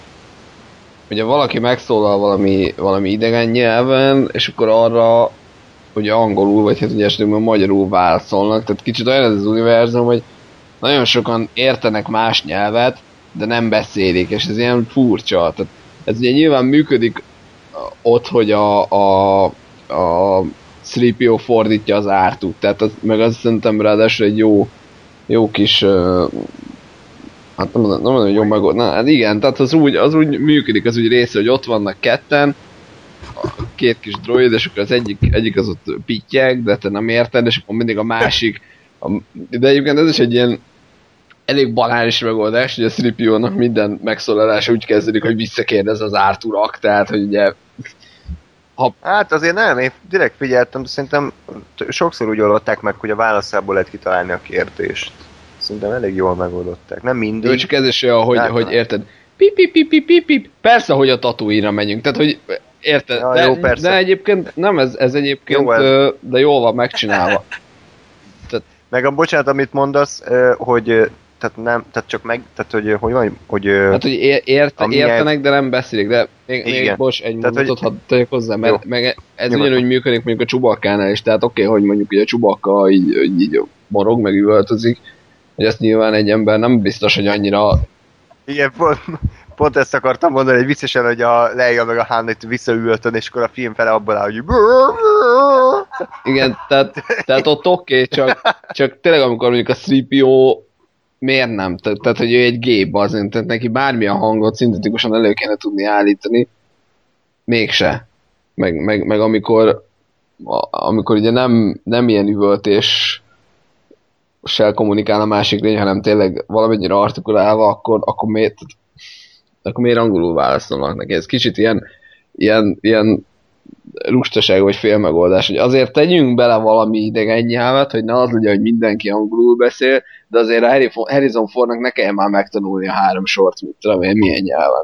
ugye valaki megszólal valami, valami idegen nyelven, és akkor arra ugye angolul, vagy hát ugye esetben magyarul válaszolnak. Tehát kicsit olyan ez az univerzum, hogy nagyon sokan értenek más nyelvet, de nem beszélik, és ez ilyen furcsa. Tehát ez ugye nyilván működik ott, hogy a, a, a három cé pé o fordítja az ártút. Tehát az, meg azt szerintem ráadásul egy jó, jó kis... Hát nem mondom, nem mondom, hogy jó megoldás. Na, hát igen, tehát az úgy, az úgy működik, az úgy része, hogy ott vannak ketten, két kis droid, és akkor az egyik, egyik az ott pittyeg, de te nem érted, és akkor mindig a másik. A, de egyébként ez is egy ilyen elég banális megoldás, hogy a három cé pé o-nak minden megszólalása úgy kezdődik, hogy visszakérdez az Arturak, tehát hogy ugye... Ha... Hát azért nem, én direkt figyeltem, de szerintem sokszor úgy oldották meg, hogy a válaszából lehet kitalálni a kérdést. Szerintem elég jól megoldották. Nem mindig. Ő csak ez is olyan, hogy, hogy érted, pip, pip, pip, pip, pip, pip. Persze, hogy a Tatooine-ra megyünk. Tehát, hogy érted, ja, de, jó, de egyébként nem, ez, ez egyébként, jó, ez. De jól van megcsinálva. Tehát... Meg a bocsánat, amit mondasz, hogy tehát nem, tehát csak meg, tehát hogy, hogy van, hogy... Hát, hogy ért, értenek, de nem beszélik, de még, még bocs, egy mondatot hadd tegyek hozzá, mert meg ez jó, ugyanúgy működik mondjuk a Chewbaccánál is, tehát oké, okay, hogy mondjuk ugye a Chewbacca így, így morog, meg üvöltözik, hogy ezt nyilván egy ember nem biztos, hogy annyira... Igen, pont, pont ezt akartam mondani, hogy viccesen, hogy a Leia meg a Han itt visszaüvöltön, és akkor a film fele abban áll, hogy... Igen, tehát, tehát ott oké, okay, csak, csak tényleg amikor mondjuk a három pé o miért nem? Te, tehát, hogy ő egy gép azért, tehát neki bármilyen hangot szintetikusan elő kéne tudni állítani, mégse. Meg, meg, meg amikor, amikor ugye nem, nem ilyen üvöltés se kommunikál a másik lény, hanem tényleg valamennyire artikulálva, akkor, akkor, miért, akkor miért angolul válaszolnak neki? Ez kicsit ilyen, ilyen, ilyen lustaság vagy félmegoldás, hogy azért tegyünk bele valami idegen nyelvet, hogy ne az legyen, hogy mindenki angolul beszél, de azért a Harrison Fordnak ne kelljen már megtanulni a három sort, mit tudom én, milyen nyelven.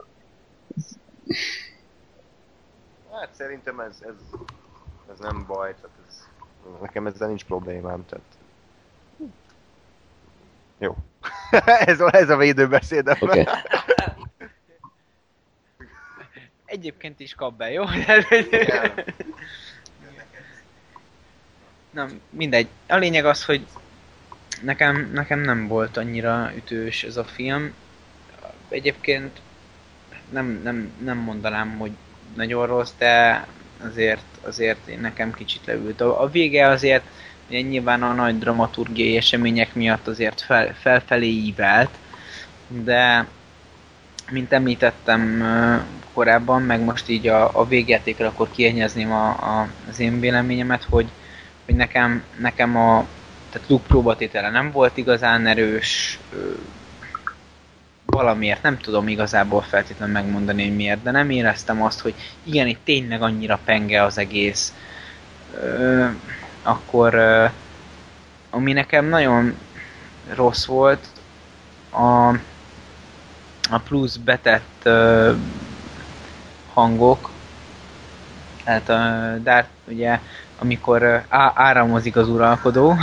Hát szerintem ez, ez, ez nem baj, tehát ez, nekem ezzel nincs problémám, tehát jó. ez, ez a védőbeszédem. Okay. Egyébként is kap be, jó? Nem, mindegy. A lényeg az, hogy nekem, nekem nem volt annyira ütős ez a film. Egyébként nem, nem, nem mondanám, hogy nagyon rossz, de azért, azért nekem kicsit leült. A, a vége azért ugye nyilván a nagy dramaturgiai események miatt azért fel, felfelé ívelt, de mint említettem korábban, meg most így a, a végjátékra akkor kiegyezném a, a, az én véleményemet, hogy, hogy nekem, nekem a tehát Luke próbatétele nem volt igazán erős, valamiért, nem tudom igazából feltétlenül megmondani, hogy miért, de nem éreztem azt, hogy igen, itt tényleg annyira penge az egész. Ö, akkor ö, ami nekem nagyon rossz volt, a, a plusz betett ö, hangok, tehát a Darth, ugye, amikor ö, á, áramozik az uralkodó,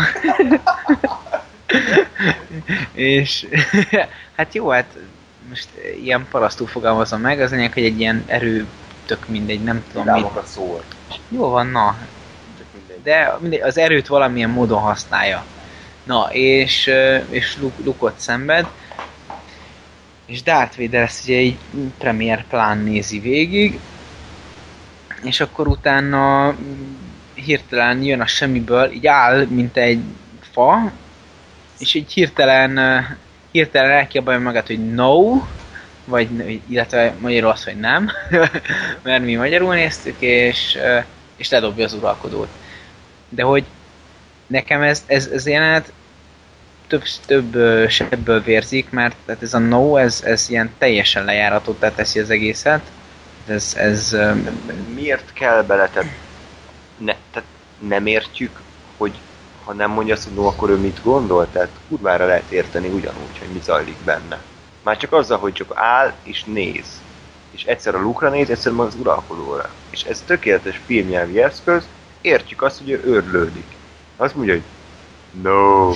és hát jó, hát most ilyen parasztul fogalmazom meg, az lényeg, hogy egy ilyen erő, tök mindegy, nem tudom mit. Szól. Jó van, na. De mindegy, az erőt valamilyen módon használja. Na, és, és Luke-ot szenved, és Darth Vader ezt ugye egy premier plán nézi végig, és akkor utána hirtelen jön a semmiből, így áll, mint egy fa, és így hirtelen, hirtelen elkiabálja magát, hogy no, vagy, illetve magyarul az, hogy nem, mert mi magyarul néztük, és, és ledobja az uralkodót. De hogy nekem ez, ez, ez jelenet több, több sebből vérzik, mert tehát ez a no, ez, ez ilyen teljesen lejáratottá teszi az egészet. Ez, ez, miért kell bele? Tehát, ne, tehát nem értjük, hogy ha nem mondja azt, hogy no, akkor ő mit gondol? Tehát kurvára lehet érteni ugyanúgy, hogy mi zajlik benne. Már csak azzal, hogy csak áll és néz. És egyszer a Luke-ra néz, egyszer meg az uralkodóra. És ez tökéletes filmnyelvi eszköz, értjük azt, hogy ő őrlődik. Azt mondja, hogy no,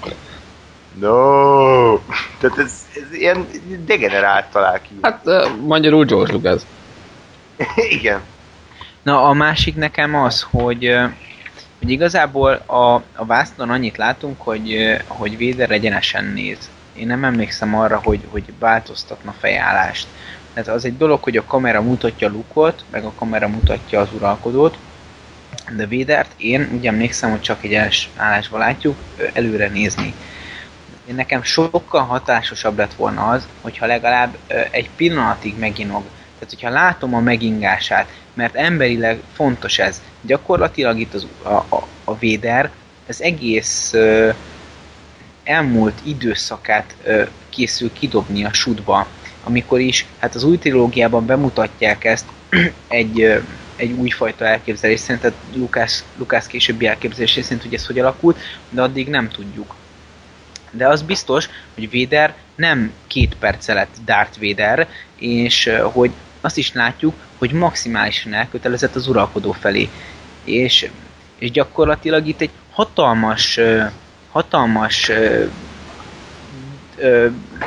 no. Tehát ez, ez ilyen degenerált talál ki. Hát uh, magyarul George Lucas. Igen. Na, a másik nekem az, hogy, hogy igazából a, a vásznon annyit látunk, hogy, hogy Vader egyenesen néz. Én nem emlékszem arra, hogy, hogy változtatna fejállást. Tehát az egy dolog, hogy a kamera mutatja Luke-ot, meg a kamera mutatja az uralkodót, de Vadert én úgy emlékszem, hogy csak egyenes állásban látjuk előre nézni. Én nekem sokkal hatásosabb lett volna az, hogyha legalább egy pillanatig meginog. Tehát, hogyha látom a megingását, mert emberileg fontos ez. Gyakorlatilag itt az, a, a, a Vader az egész uh, elmúlt időszakát uh, készül kidobni a sudba, amikor is, hát az új trilógiában bemutatják ezt egy, uh, egy újfajta elképzelés szerint, tehát Lucas, Lucas későbbi elképzelés szerint, hogy ez hogy alakult, de addig nem tudjuk. De az biztos, hogy Vader nem két perce lett Darth Vader, és uh, hogy azt is látjuk, hogy maximálisan elkötelezett az uralkodó felé. És, és gyakorlatilag itt egy hatalmas, uh, hatalmas uh, uh,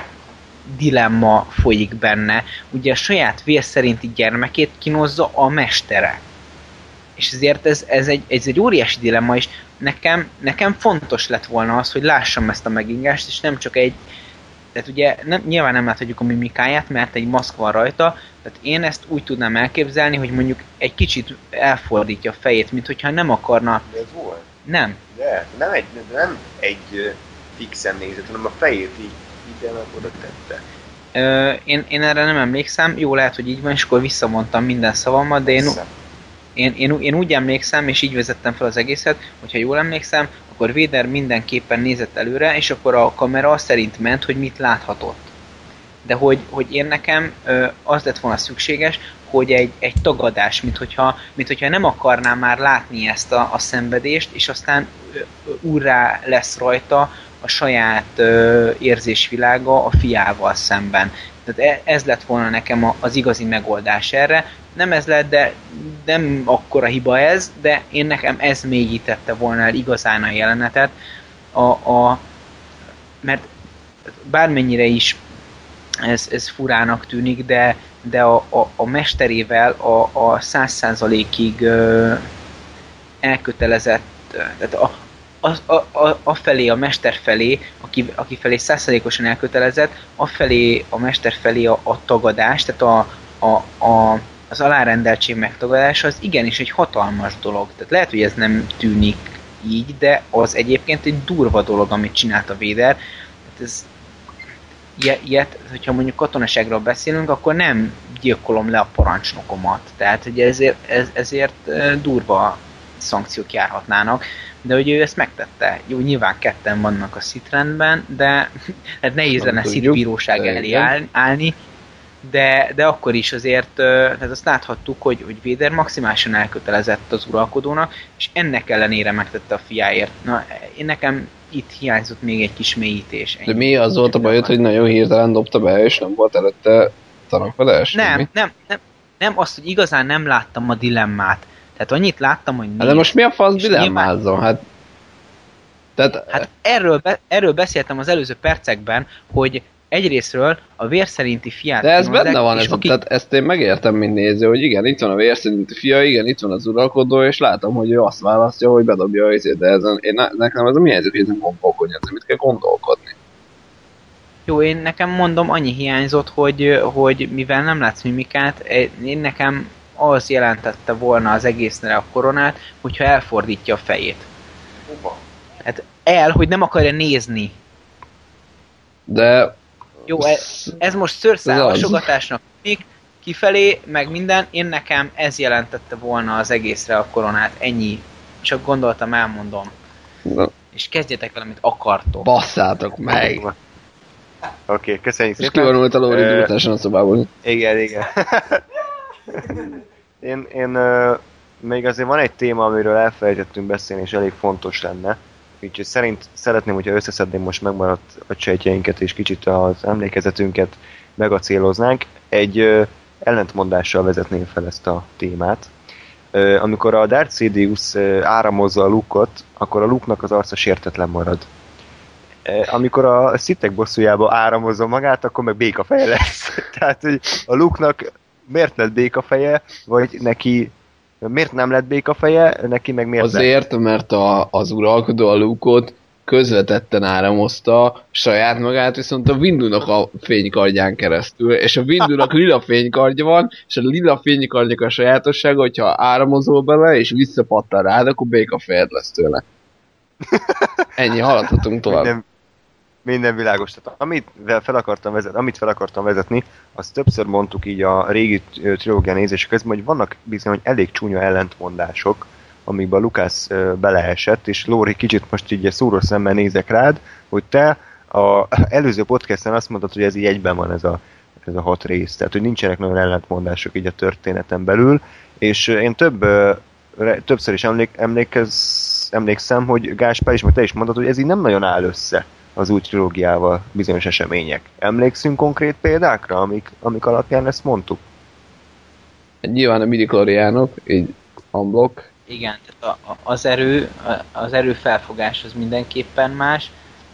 dilemma folyik benne. Ugye a saját vér szerinti gyermekét kínozza a mestere. És ezért ez, ez, egy, ez egy óriási dilemma, és nekem, nekem fontos lett volna az, hogy lássam ezt a megingást, és nem csak egy, tehát ugye nem, nyilván nem láthatjuk a mimikáját, mert egy maszk van rajta, tehát én ezt úgy tudnám elképzelni, hogy mondjuk egy kicsit elfordítja a fejét, mint hogyha nem akarna... De ez volt? Nem. De, nem egy, nem egy fixen nézett, hanem a fejét így ide meg oda tette. Ö, én, én erre nem emlékszem, jó lehet, hogy így van, és akkor visszamondtam minden szavamat, de én, én, én, én úgy emlékszem, és így vezettem fel az egészet, hogyha jól emlékszem, akkor Vader mindenképpen nézett előre, és akkor a kamera szerint ment, hogy mit láthatott. De hogy, hogy én nekem ö, az lett volna szükséges, hogy egy, egy tagadás, mint hogyha, mint hogyha nem akarnám már látni ezt a, a szenvedést, és aztán ö, úrrá lesz rajta a saját ö, érzésvilága a fiával szemben. Tehát ez lett volna nekem az igazi megoldás erre. Nem ez lett, de nem akkora hiba ez, de én nekem ez mélyítette volna el igazán a jelenetet. A, a, mert bármennyire is ez, ez furának tűnik, de, de a, a, a mesterével a, a száz százalékig elkötelezett, tehát a, A, a, a felé, a mester felé, aki, aki felé száz százalékosan elkötelezett, a felé, a mester felé a, a tagadás, tehát a, a, a, az alárendeltség megtagadása, az igenis egy hatalmas dolog. Tehát lehet, hogy ez nem tűnik így, de az egyébként egy durva dolog, amit csinált a Vader. Tehát ez, ilyet, hogyha mondjuk katonaságról beszélünk, akkor nem gyilkolom le a parancsnokomat. Tehát, hogy ezért, ez, ezért durva szankciók járhatnának, de hogy ő ezt megtette. Jó, nyilván ketten vannak a Sith-rendben, de hát nehéz lenne Sith-bíróság elé állni, de, de akkor is azért, tehát azt láthattuk, hogy, hogy Vader maximálisan elkötelezett az uralkodónak, és ennek ellenére megtette a fiáért. Na, én nekem itt hiányzott még egy kis mélyítés. De mi az volt a bajod, hogy nagyon hirtelen dobta be, és nem volt előtte tanakvadás? Nem, nem, nem, nem, nem, azt, hogy igazán nem láttam a dilemmát. Tehát annyit láttam, hogy néz. De most mi a fasz dilemmázzon? Hát, tehát... hát erről, be, erről beszéltem az előző percekben, hogy egyrésztről a vér szerinti fiát... De ez benne van, ez, aki... tehát ezt én megértem, mint néző, hogy igen, itt van a vér szerinti fia, igen, itt van az uralkodó, és látom, hogy ő azt választja, hogy bedobja a izét, de ezen, én, nekem ez a mi helyzet, hogy ezen gondolkodni, ezen mit kell gondolkodni. Jó, én nekem mondom, annyi hiányzott, hogy, hogy mivel nem látsz mimikát, én nekem az jelentette volna az egészre a koronát, hogyha elfordítja a fejét. Hova? Hát el, hogy nem akarja nézni. De... Jó, ez, ez most szőrszálhasogatásnak még kifelé, meg minden, én nekem ez jelentette volna az egészre a koronát. Ennyi. Csak gondoltam, elmondom. Na. És kezdjetek vele, amit akartok. Basszátok meg! Oké, okay, köszönjük szépen. És kivonult a Lóri uh, dulutáson a szobából. Igen, igen. én, én uh, még azért van egy téma, amiről elfelejtettünk beszélni, és elég fontos lenne. Úgyhogy szerint szeretném, hogyha összeszedném most megmaradt a sejtjeinket, és kicsit az emlékezetünket megacéloznánk. Egy uh, ellentmondással vezetném fel ezt a témát. Uh, amikor a Darth Sidious uh, áramozza a Luke-ot, akkor a Luke-nak az arca sértetlen marad. Uh, amikor a Sith-ek bosszújába áramozza magát, akkor meg békafeje lesz. Tehát, hogy a Luke-nak miért lett békafeje, vagy neki miért nem lett békafeje, neki meg miért Azért, lett? Mert a, az uralkodó a Luke-ot közvetetten áramozta saját magát, viszont a Windu-nak a fénykardján keresztül, és a Windu-nak lila fénykardja van, és a lila fénykardják a sajátossága, hogyha áramozol bele, és visszapattan rád, akkor békafejed lesz tőle. Ennyi, haladhatunk tovább. Minden, minden világos. Tehát, amit fel akartam vezetni, amit fel akartam vezetni, azt többször mondtuk így a régi trilógia nézése közben, hogy vannak bizony elég csúnya ellentmondások, amikben Lucas beleesett, és Lóri, kicsit most így szúró szemmel nézek rád, hogy te az előző podcasten azt mondtad, hogy ez így egyben van ez a, ez a hat rész, tehát hogy nincsenek nagyon ellentmondások így a történeten belül, és én több, többször is emlék, emlékez, emlékszem, hogy Gáspár is, meg te is mondtad, hogy ez így nem nagyon áll össze az új trilógiával bizonyos események. Emlékszünk konkrét példákra, amik, amik alapján ezt mondtuk? Nyilván a midi-kloriánok, így unblock. Igen, tehát a, az erő, az erő felfogás az mindenképpen más.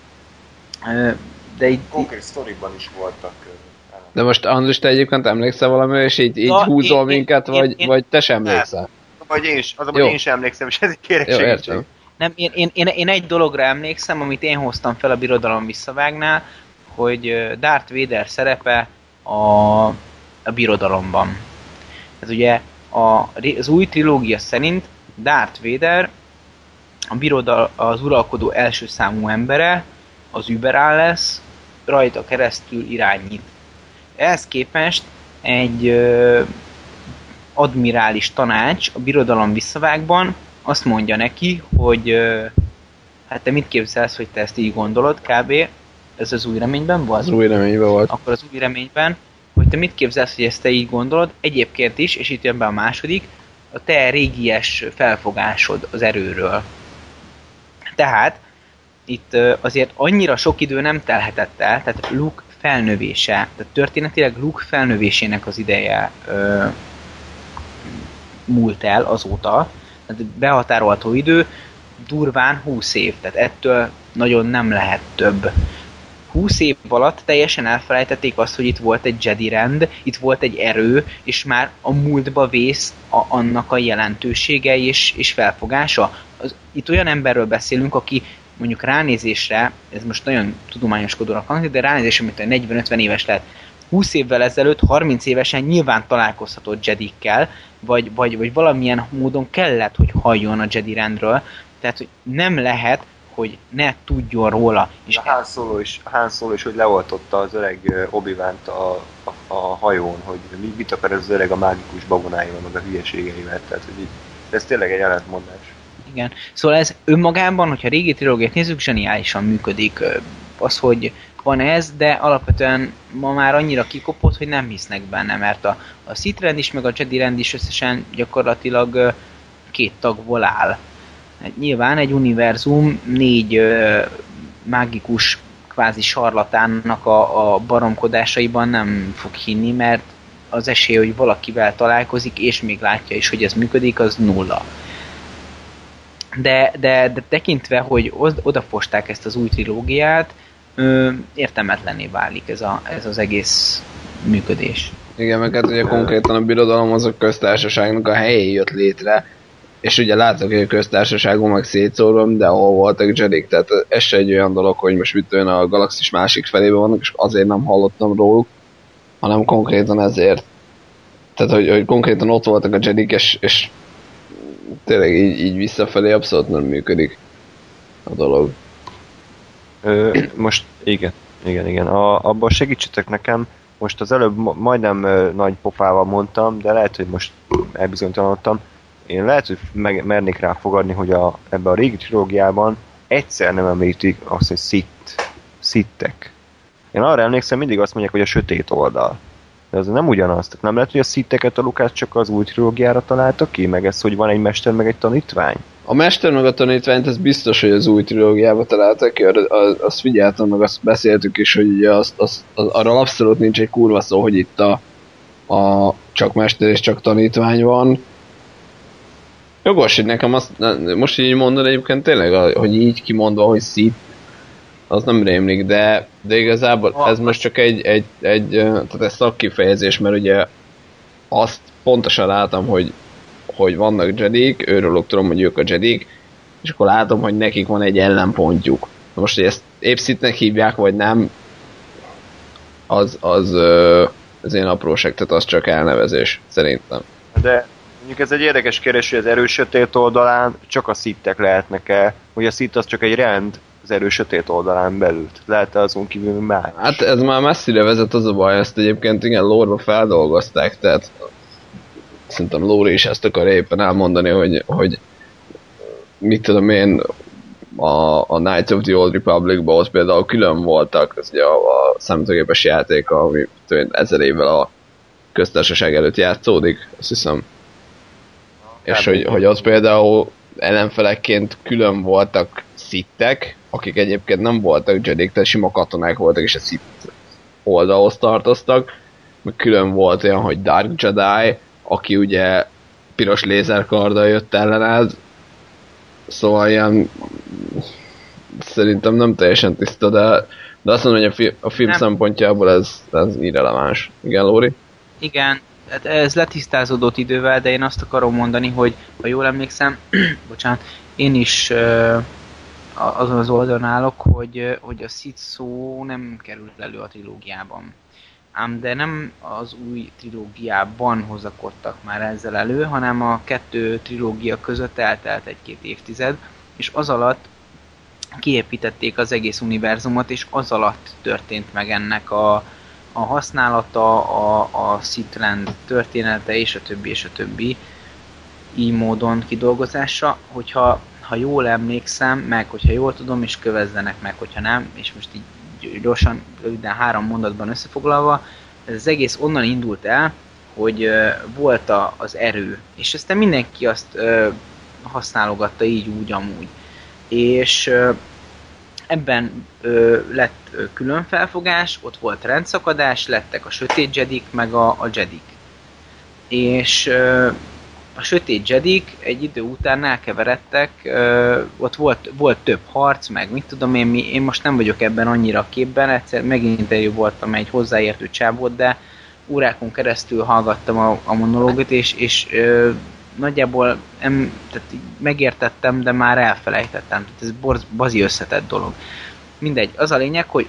De így... Konkrét sztorikban is voltak. De most Andris, te egyébként emlékszel valamire, és így, így Na, húzol én, minket, én, vagy, én, vagy te sem emlékszel? Vagy én, az a, hogy én sem emlékszem, és ezért kérek Jó, segítség. Nem, én, én, én, én egy dologra emlékszem, amit én hoztam fel a Birodalom visszavágnál, hogy Darth Vader szerepe a, a Birodalomban. Ez ugye a, az új trilógia szerint Darth Vader a birodal, az uralkodó első számú embere, az Überál lesz, rajta keresztül irányít. Ehhez képest egy ö, admirális tanács a Birodalom visszavágban azt mondja neki, hogy ö, hát te mit képzelsz, hogy te ezt így gondolod, kb. Ez az új reményben volt? Az új reményben volt. Akkor az új reményben, hogy te mit képzelsz, hogy ezt te így gondolod, egyébként is, és itt jön be a második, a te régies felfogásod az erőről. Tehát itt azért annyira sok idő nem telhetett el, tehát Luke felnövése, tehát történetileg Luke felnövésének az ideje ö, múlt el azóta, tehát behatárolható idő durván húsz év, tehát ettől nagyon nem lehet több. húsz év alatt teljesen elfelejtették azt, hogy itt volt egy Jedi rend, itt volt egy erő, és már a múltba vész a, annak a jelentősége és, és felfogása. Az, itt olyan emberről beszélünk, aki mondjuk ránézésre, ez most nagyon tudományoskodónak hangzik, de ránézésre, mint negyven-ötven éves lehet. húsz évvel ezelőtt, harminc évesen nyilván találkozhatott Jedikkel, vagy, vagy, vagy valamilyen módon kellett, hogy halljon a Jedi rendről. Tehát, hogy nem lehet, hogy ne tudjon róla. És a Han Solo is, Han Solo is, hogy leoltotta az öreg Obi-Wan-t a, a, a hajón, hogy mit akar ez az öreg a mágikus babonáival, meg a hülyeségeivel, tehát hogy így, ez tényleg egy ellentmondás. Igen, szóval ez önmagában, hogyha a régi trilógiát nézzük, zseniálisan működik. Az, hogy van ez, de alapvetően ma már annyira kikopott, hogy nem hisznek benne, mert a, a Sith rend is, meg a Jedi rend is összesen gyakorlatilag két tagból áll. Nyilván egy univerzum négy ö, mágikus kvázi sarlatánnak a, a baromkodásaiban nem fog hinni, mert az esély, hogy valakivel találkozik, és még látja is, hogy ez működik, az nulla. De, de, de tekintve, hogy odafosták ezt az új trilógiát, ö, értelmetlenné válik ez, a, ez az egész működés. Igen, meg hát ugye konkrétan a birodalom az a köztársaságnak a helyén jött létre, és ugye látok, hogy a köztársaságon meg szétszórom, de ahol voltak Jedik, tehát ez se egy olyan dolog, hogy most mit olyan a galaxis másik felében vannak, és azért nem hallottam róluk, hanem konkrétan ezért. Tehát, hogy, hogy konkrétan ott voltak a Jedik, és, és tényleg így, így visszafelé abszolút nem működik a dolog. Ö, most igen, igen, igen. A, abban segítsetek nekem, most az előbb majdnem ö, nagy pofával mondtam, de lehet, hogy most elbizonytalanodtam. Én lehet, hogy meg, mernék rá fogadni, hogy a, ebben a régi trilógiában egyszer nem említik azt, hogy Sith, Sith-ek. Én arra emlékszem, mindig azt mondják, hogy a sötét oldal. De az nem ugyanaz. Tehát nem lehet, hogy a Sith-eket a Lucas csak az új trilógiára találta ki, meg ez, hogy van egy mester, meg egy tanítvány? A mester meg a tanítványt, ez biztos, hogy az új trilógiába találtak ki, azt figyeltem, meg azt beszéltük is, hogy ugye azt, azt, az, arra abszolút nincs egy kurva szó, hogy itt a, a csak mester és csak tanítvány van. Jogos, hogy nekem azt, most így mondod egyébként tényleg, hogy így kimondva, hogy Sith, az nem rémlik, de, de igazából ez most csak egy, egy, egy tehát ez szakkifejezés, mert ugye azt pontosan látom, hogy, hogy vannak Jedik, őrülök tudom, hogy ők a Jedik, és akkor látom, hogy nekik van egy ellenpontjuk. Most, hogy ezt épp Sithnek hívják, vagy nem, az, az, az én apróság, tehát az csak elnevezés, szerintem. De mondjuk ez egy érdekes kérdés, hogy az erős sötét oldalán csak a Sith-ek lehetnek-e, hogy a Sith az csak egy rend az erős sötét oldalán belül. Lehet-e azon kívül más? Hát ez már messzire vezet, az a baj, ezt egyébként igen lore-ba feldolgozták, tehát szerintem Lóri is ezt akar éppen elmondani, hogy, hogy mit tudom én, a, a Knights of the Old Republic-ban ott például külön voltak, az ugye a, a számítógépes játék, ami tudom, ezer évvel a köztársaság előtt játszódik, azt hiszem. És hogy, hogy ott például ellenfelekként külön voltak Sith-ek, akik egyébként nem voltak Jedik, tehát sima katonák voltak, és a Sith oldalhoz tartoztak. Meg külön volt olyan, hogy Dark Jedi, aki ugye piros lézerkarddal jött ellenád. Szóval ilyen szerintem nem teljesen tiszta, de, de azt mondom, hogy a, fi, a film nem. Szempontjából ez, ez irreleváns. Igen, Lóri? Igen, ez letisztázódott idővel, de én azt akarom mondani, hogy ha jól emlékszem, bocsánat, én is uh, azon az oldalon állok, hogy, hogy a Sith szó nem került elő a trilógiában. Ám de nem az új trilógiában hozakodtak már ezzel elő, hanem a kettő trilógia között eltelt egy-két évtized, és az alatt kiépítették az egész univerzumot, és az alatt történt meg ennek a, a használata, a, a Sith-rend története, és a többi, és a többi így módon kidolgozása, hogyha ha jól emlékszem, meg hogyha jól tudom, és kövezzenek meg, hogyha nem, és most így gyorsan, röviden három mondatban összefoglalva, ez az egész onnan indult el, hogy uh, volt a, az erő, és aztán mindenki azt uh, használógatta így, úgy, amúgy. És uh, ebben uh, lett uh, külön felfogás, ott volt rendszakadás, lettek a sötét jedik, meg a, a jedik. És uh, a sötét jedik egy idő után elkeveredtek, uh, ott volt, volt több harc, meg mit tudom én, mi, én most nem vagyok ebben annyira képben, egyszer megint interjú voltam egy hozzáértő csávót, de órákon keresztül hallgattam a, a monológot, és, és uh, nagyjából em, tehát megértettem, de már elfelejtettem, tehát ez borz, bazi összetett dolog. Mindegy, az a lényeg, hogy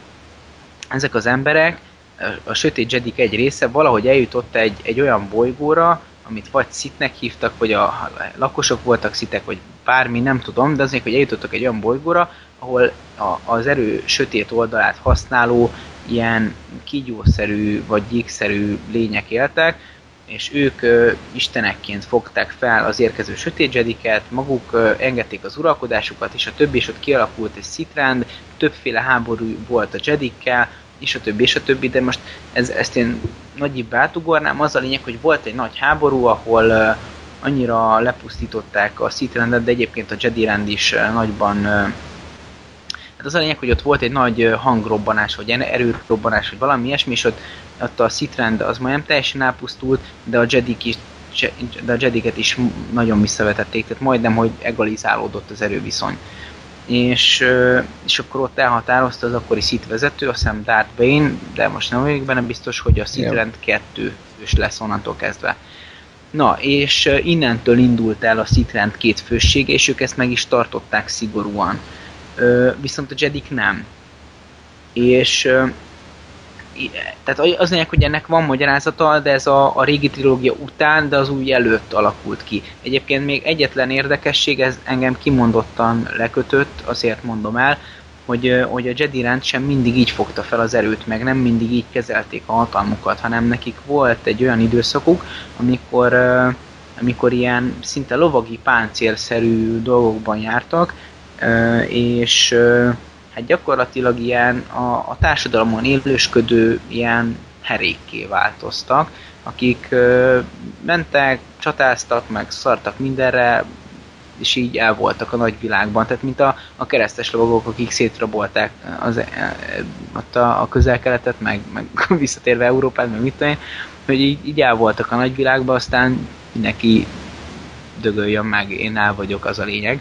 ezek az emberek, a sötét jedik egy része valahogy eljutott egy, egy olyan bolygóra, amit vagy Sithnek hívtak, vagy a, a lakosok voltak Sithek, vagy bármi, nem tudom, de azért, hogy eljutottak egy olyan bolygóra, ahol a, az erő sötét oldalát használó ilyen kígyószerű vagy gyíkszerű lények éltek, és ők ö, istenekként fogták fel az érkező sötét jediket, maguk ö, engedték az uralkodásukat, és a többi, és ott kialakult egy Sith-rend, többféle háború volt a jedikkel, és a többi, és a többi, de most ez, ezt én nagyibb átugornám. Az a lényeg, hogy volt egy nagy háború, ahol uh, annyira lepusztították a Sith-rendet, de egyébként a Jedi-rend is uh, nagyban... Uh, hát az a lényeg, hogy ott volt egy nagy uh, hangrobbanás, vagy erőrobbanás, vagy valami ilyesmi, és ott, ott a Sith-rend az majdnem teljesen elpusztult, de a Jedik is, de a Jediket is nagyon visszavetették, tehát majdnem, hogy egalizálódott az erőviszony. És, és akkor ott elhatározta az akkori Sith vezető, azt hiszem Darth Bane, de most nem vagyok benne biztos, hogy a Sith-rend kettő fős lesz onnantól kezdve. Na, és innentől indult el a Sith-rend két főssége, és ők ezt meg is tartották szigorúan. Viszont a Jedik nem. És tehát az lényeg, hogy ennek van magyarázata, de ez a, a régi trilógia után, de az új előtt alakult ki. Egyébként még egyetlen érdekesség, ez engem kimondottan lekötött, azért mondom el, hogy, hogy a Jedi rend sem mindig így fogta fel az erőt, meg nem mindig így kezelték a hatalmukat, hanem nekik volt egy olyan időszakuk, amikor, amikor ilyen szinte lovagi páncélszerű dolgokban jártak, és hát gyakorlatilag ilyen a, a társadalomon élősködő ilyen herékké változtak, akik ö, mentek, csatáztak, meg szartak mindenre, és így el voltak a nagyvilágban. Tehát mint a, a keresztes lovagok, akik szétrabolták az, ott a, a közel-keletet, meg, meg visszatérve Európát, meg mit tudom én, hogy így, így el voltak a nagyvilágban, aztán mindenki dögöljön meg, én el vagyok, az a lényeg.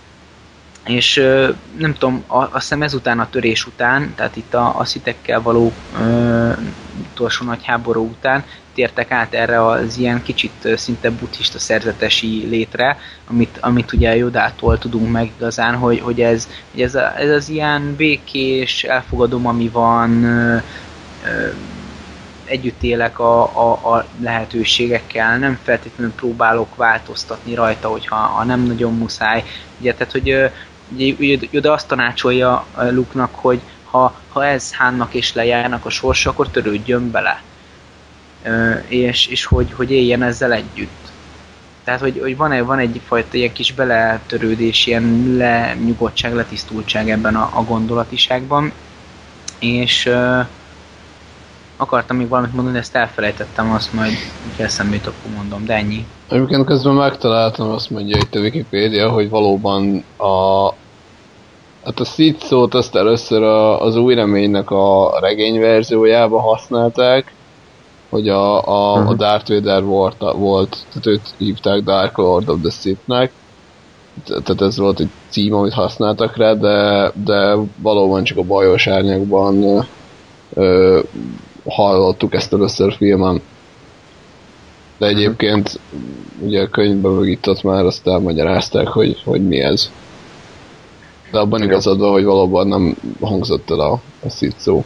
És nem tudom, azt hiszem ezután a törés után, tehát itt a, a szitekkel való ö, utolsó nagy háború után tértek át erre az ilyen kicsit szinte buddhista szerzetesi létre, amit, amit ugye Jodától tudunk meg igazán, hogy, hogy, ez, hogy ez, a, ez az ilyen békés, elfogadom, ami van, ö, ö, együtt élek a, a, a lehetőségekkel, nem feltétlenül próbálok változtatni rajta, hogyha ha nem nagyon muszáj. Ugye, tehát, hogy ugye, Yoda azt tanácsolja Luke-nak, hogy ha, ha ez Hannak és Leiának a sorsa, akkor törődjön bele. És, és hogy, hogy éljen ezzel együtt. Tehát, hogy, hogy van, van egyfajta ilyen kis beletörődés, ilyen lenyugodtság, letisztultság ebben a, a gondolatiságban. És uh, akartam még valamit mondani, de ezt elfelejtettem, azt majd, hogy eszembe jut, akkor mondom, de ennyi. Egyébként közben megtaláltam, azt mondja itt a Wikipédia, hogy valóban a, hát a Sith szót azt először a, az új reménynek a regényverziójába használták, hogy a, a, uh-huh. a Darth Vader volt, volt, tehát őt hívták Dark Lord of the Sith-nek, tehát ez volt egy cím, amit használtak rá, de, de valóban csak a bajos árnyakban ö, hallottuk ezt először filmen. De egyébként ugye a könyvben meg itt ott már azt elmagyarázták, hogy, hogy mi ez. De abban igazad van, hogy valóban nem hangzott el a, a Sith szó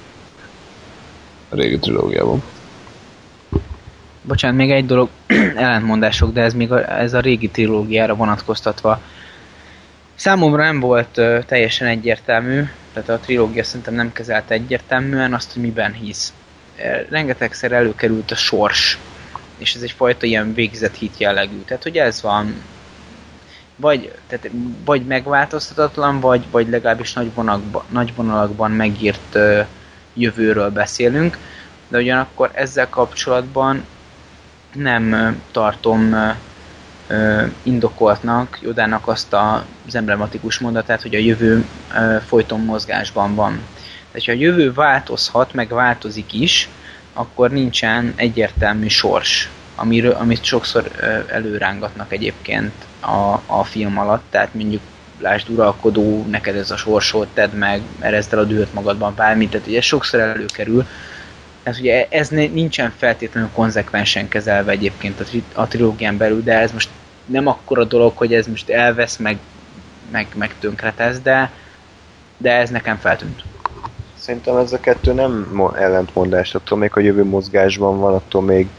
a régi trilógiában. Bocsánat, még egy dolog, ellentmondások, de ez még a, ez a régi trilógiára vonatkoztatva. Számomra nem volt uh, teljesen egyértelmű, tehát a trilógia szerintem nem kezelte egyértelműen azt, hogy miben hisz. Rengetegszer előkerült a sors, és ez egyfajta ilyen végzett hit jellegű. Tehát, hogy ez van, vagy, tehát, vagy megváltoztatatlan, vagy, vagy legalábbis nagy, vonakba, nagy vonalakban megírt uh, jövőről beszélünk, de ugyanakkor ezzel kapcsolatban nem uh, tartom uh, uh, indokoltnak Yodának azt a, az emblematikus mondatát, hogy a jövő uh, folyton mozgásban van. Tehát, ha a jövő változhat, meg változik is, akkor nincsen egyértelmű sors, amiről, amit sokszor uh, előrángatnak egyébként a, a film alatt, tehát mondjuk lásd uralkodó, neked ez a sorsod, tedd meg, erezd el a dühöt magadban, bármit, tehát ugye ez sokszor előkerül. Tehát ugye ez nincsen feltétlenül konzekvensen kezelve egyébként a, tri- a trilógián belül, de ez most nem akkora dolog, hogy ez most elvesz, meg, meg, meg tönkretesz, de, de ez nekem feltűnt. Szerintem ez a kettő nem ellentmondás, attól még a jövő mozgásban van, attól még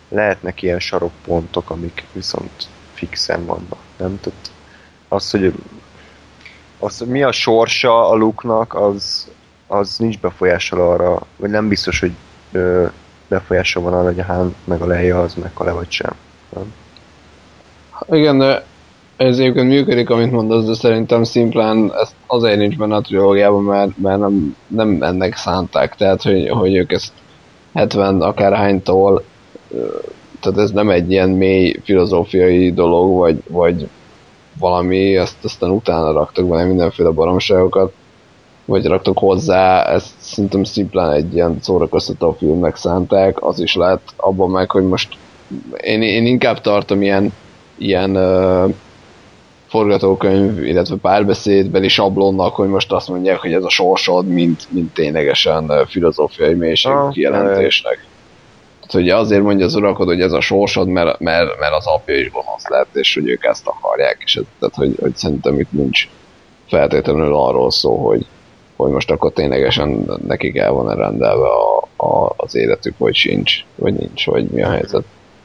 lehetnek ilyen sarokpontok, amik viszont fixen vannak, nem? Tehát az, hogy, az, hogy mi a sorsa a Luke-nak, az, az nincs befolyással arra, vagy nem biztos, hogy ö, befolyással van arra, hogy a Han meg a Leia az meghal-e vagy sem. Nem? Igen, de ez egyébként működik, amit mondasz, de szerintem szimplán ez azért nincs benne a trilógiában, mert, mert nem, nem ennek szánták, tehát hogy, hogy ők ezt hetven akárhánytól, tehát ez nem egy ilyen mély filozófiai dolog, vagy, vagy valami, ezt aztán utána raktak benne mindenféle baromságokat, vagy raktak hozzá, ezt szerintem szimplán egy ilyen szórakoztató filmnek szánták, az is lehet abban meg, hogy most én, én inkább tartom ilyen, ilyen uh, forgatókönyv, illetve párbeszédbeli sablonnak, hogy most azt mondják, hogy ez a sorsod, mint, mint ténylegesen uh, filozófiai mélység ah, kijelentésnek. Tehát ugye azért mondja az uralkodó, hogy ez a sorsod, mert, mert, mert az apja is gonosz lett, és hogy ők ezt akarják, és ez, tehát hogy, hogy szerintem itt nincs feltétlenül arról szó, hogy, hogy most akkor ténylegesen nekik el van rendelve a, a, az életük, vagy sincs, vagy nincs, vagy mi a helyzet.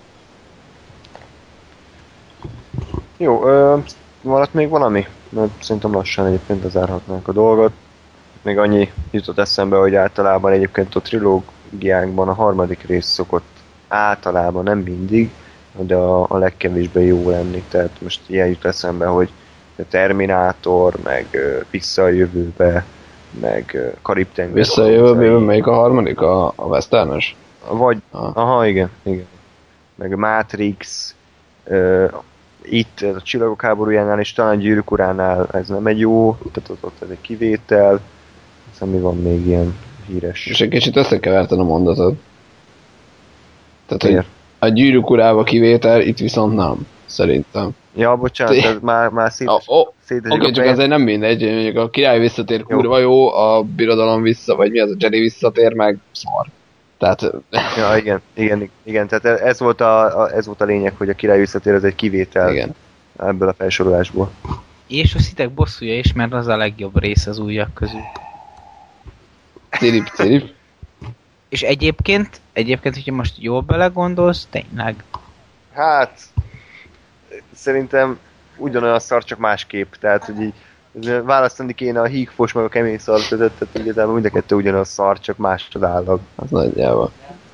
Jó, ö, maradt még valami? Mert szerintem lassan egyébként lezárhatnánk a dolgot. Még annyi jutott eszembe, hogy általában egyébként a trilógiákban a harmadik rész szokott általában, nem mindig, de a, a legkevésbé jó lenni. Tehát most ilyen jut eszembe, hogy a Terminátor, meg ö, Vissza a jövőbe, meg ö, Karib-tenger. Vissza a jövőbe, melyik a harmadik? A, a Westernes? Vagy, ah. aha, igen, igen. Meg a Matrix, ö, itt a Csillagok háborújánál és talán Gyűrűk uránál ez nem egy jó, tehát ott, ott ez egy kivétel. Aztán mi van még ilyen híres? És egy kicsit összekeverten a mondatot. Tehát, hogy a Gyűrűk urába kivétel, itt viszont nem, szerintem. Ja, bocsánat, ez már, már szét, oh, oh, szétezik Oké, okay, csak azért nem mindegy, mondjuk a király visszatér kurva jó. jó, a birodalom vissza, vagy mi az, a Jedi visszatér, meg szar. Tehát... Ja, igen, igen, igen, tehát ez volt a, a, ez volt a lényeg, hogy a király visszatér, ez egy kivétel igen. Ebből a felsorolásból. És a szitek bosszúja is, mert az a legjobb rész az újak közül. Cirip, cirip. És egyébként, egyébként, hogyha most jól belegondolsz, tényleg. Hát, szerintem ugyanolyan szar, csak másképp, tehát, hogy így választani kéne a hígfos meg a kemény szar között, tehát igazából mind a kettő ugyanaz szar, csak más az állag. Az nagyjából.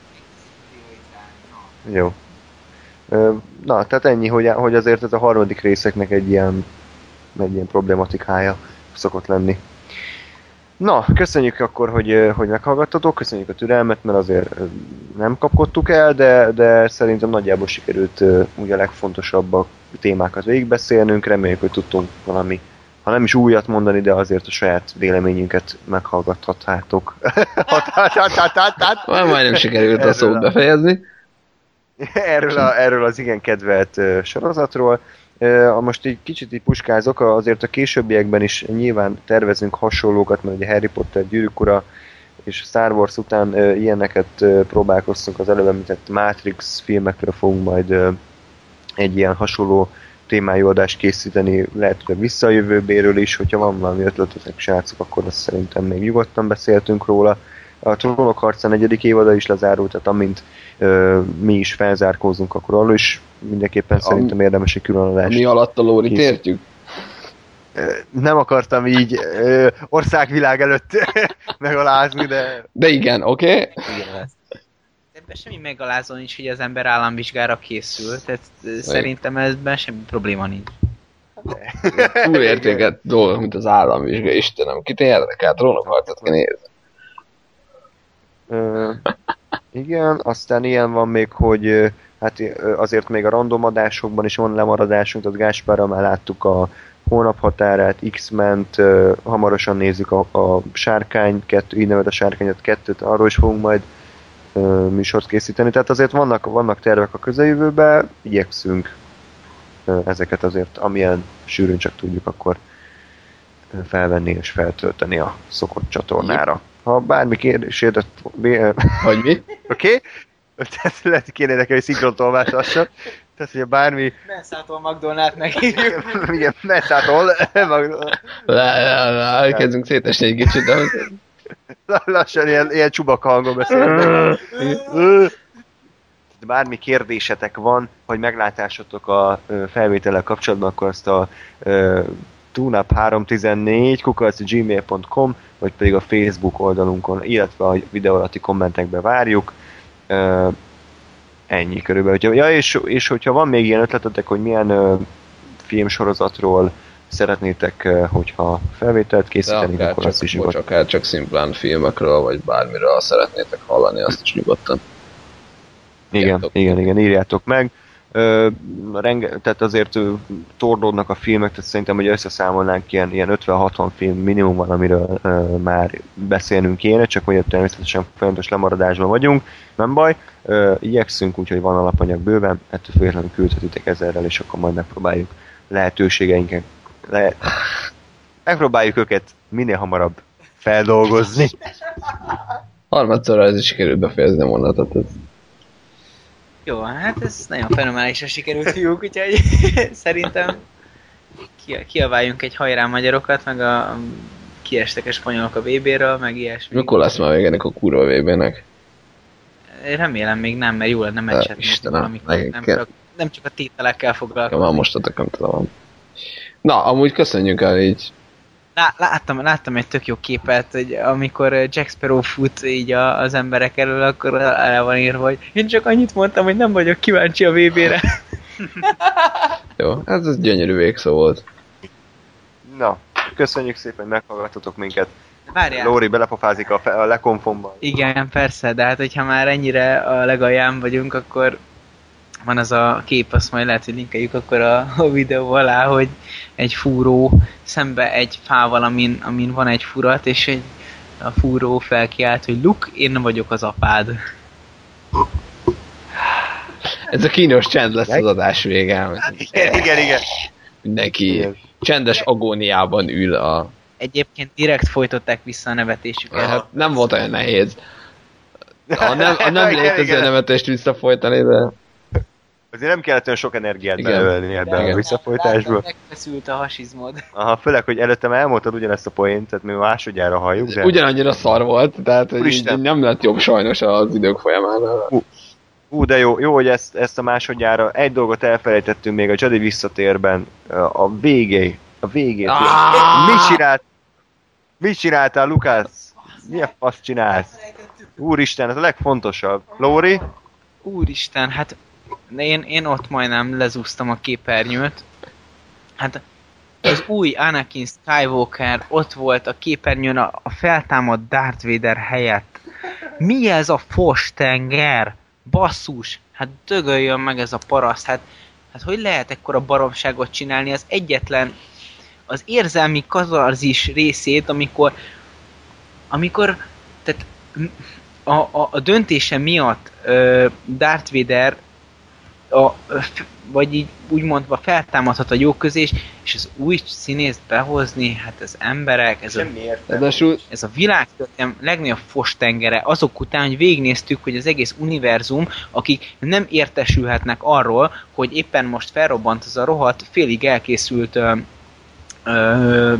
Jó. Na, tehát ennyi, hogy, hogy azért ez a harmadik részeknek egy ilyen, egy ilyen problematikája szokott lenni. Na, köszönjük akkor, hogy, hogy meghallgattatok, köszönjük a türelmet, mert azért nem kapkodtuk el, de, de szerintem nagyjából sikerült ugye a legfontosabb témákat végigbeszélnünk, reméljük, hogy tudtunk valami, ha nem is újat mondani, de azért a saját véleményünket meghallgathatjátok. Már majdnem sikerült a szót befejezni. Erről, a, erről az igen kedvelt sorozatról. Most egy kicsit így puskázok, azért a későbbiekben is nyilván tervezünk hasonlókat, mert ugye Harry Potter, Gyűrűk ura és Star Wars után ilyeneket próbálkoztunk, az előbb említett Matrix filmekről fogunk majd egy ilyen hasonló témájú adást készíteni, lehet, hogy Vissza a jövőbéről is, hogyha van valami ötletetek, srácok, akkor azt szerintem még nyugodtan beszéltünk róla. A Trónok harca negyedik évada is lezárult, tehát amint ö, mi is felzárkózunk, akkor arról is mindenképpen szerintem érdemes egy külön adást. Mi alatt a lórit értjük? Nem akartam így ö, országvilág előtt megalázni, de... De igen, oké? Okay? Igen, ebben semmi megalázó nincs, hogy az ember államvizsgára készül, tehát szerintem ebben semmi probléma nincs. Túl értéket dolgok, mint az államvizsga, Istenem, kit érdekel, Trónokharcot kell nézni. Uh, igen, aztán ilyen van még, hogy hát azért még a random adásokban is van lemaradásunk, tehát Gáspárral már láttuk a Hónaphatárát, X-ment, uh, hamarosan nézzük a, a Sárkány kettő, így neved a Sárkányat kettőt, arról is fogunk majd uh, műsort készíteni, tehát azért vannak, vannak tervek a közeljövőben, igyekszünk uh, ezeket azért, amilyen sűrűn csak tudjuk, akkor uh, felvenni és feltölteni a szokott csatornára. Ha bármi kérdésed... Hogy mi? Oké? Okay? Tehát lehet kéne nekem egy szinkrontolmást lassan. Tehát, hogyha bármi... Menszától McDonald's meghívjuk. Igen, Menszától. Elkezdünk szétesni egy kicsit, de... Lassan ilyen, ilyen csubak hangon beszélnek. bármi kérdésetek van, vagy meglátásotok a felvétellel kapcsolatban, akkor azt a tuneup három tizennégy kukac gmail pont com, vagy pedig a Facebook oldalunkon, illetve a videó alatti kommentekbe várjuk. Ennyi körülbelül. Ja, és, és hogyha van még ilyen ötletetek, hogy milyen uh, filmsorozatról szeretnétek, uh, hogyha felvételt készíteni, akkor azt is nyugodtan. Akár csak szimplán filmekről, vagy bármiről szeretnétek hallani, azt is nyugodtan. Igen, írjátok. igen, igen, írjátok meg. Uh, renge, tehát azért uh, torlódnak a filmek, tehát szerintem, hogy összeszámolnánk ilyen, ilyen ötven-hatvan film minimum van, amiről uh, már beszélnünk kéne, csak hogy természetesen folyamatos lemaradásban vagyunk, nem baj, uh, igyekszünk, úgyhogy van alapanyag bőven, ettől függetlenül küldhetitek ezerrel, és akkor majd megpróbáljuk lehetőségeinket, le, megpróbáljuk őket minél hamarabb feldolgozni. Harmadszorra ez is sikerült befejezni a mondatot. Ez. Jó, hát ez nagyon fenomenálisan sikerült, fiúk, úgyhogy szerintem kiabáljunk egy hajrá magyarokat, meg a kiestek a spanyolok a vé béről, meg ilyesmi. Mikor lesz már végenek a kurva vé bének? Remélem még nem, mert jó lenne meccset nézni valamikor, nem csak, nem csak a tételekkel foglalkozni. Már most nem tudom. Na, amúgy köszönjük el így. Lá, láttam, láttam egy tök jó képet, hogy amikor Jack Sparrow fut így a, az emberek elől, akkor el van írva, hogy én csak annyit mondtam, hogy nem vagyok kíváncsi a vé bére. Jó, ez, ez gyönyörű végszó volt. Na, köszönjük szépen, hogy meghallgatotok minket. Várjál. Lóri belepofázik a, fe, a lekonfomba. Igen, persze, de hát hogyha már ennyire a legalján vagyunk, akkor van az a kép, azt majd lehet, hogy linkeljük akkor a, a videó alá, hogy egy fúró szembe egy fával, amin, amin van egy furat, és egy, a fúró felkiált, hogy Luke, én vagyok az apád. Ez a kínos csend lesz az adás végén. Igen, igen, igen. Mindenki igen. Csendes agóniában ül a... Egyébként direkt folytották vissza a nevetésüket. Hát nem volt olyan nehéz. A nem, a nem létező nevetést visszafolytani, de... Azért nem kellett olyan sok energiát belőlni ebben igen. a visszafolytásból. Megfeszült a hasizmod. Aha, főleg, hogy előttem elmondtad ugyanezt a poént, tehát mi másodjára halljuk. De... Ugyanannyira szar volt, tehát hogy így nem lett jobb sajnos az idők folyamán. Ú, uh, de jó, jó, hogy ezt, ezt a másodjára. Egy dolgot elfelejtettünk még a Jedi visszatérben. A végé. A végét. Ah! Mit csinált? Mit csináltál, Lucas? Milyen fasz csinálsz? Úristen, ez a legfontosabb. Lóri? Úristen, hát én, én ott majdnem lezúztam a képernyőt. Hát az új Anakin Skywalker ott volt a képernyőn a, a feltámadt Darth Vader helyett. Mi ez a fostenger? Basszus! Hát dögöljön meg ez a paraszt. Hát, hát hogy lehet ekkora baromságot csinálni? Az egyetlen, az érzelmi katarzis részét, amikor amikor tehát a, a, a döntése miatt uh, Darth Vader a, vagy így úgy mondva feltámadhat a jóközés, és az új színészt behozni, hát az emberek, ez a, ez a világtörténelem legnagyobb fostengere, azok után, hogy végignéztük, hogy az egész univerzum, akik nem értesülhetnek arról, hogy éppen most felrobbant az a rohadt, félig elkészült ö, ö,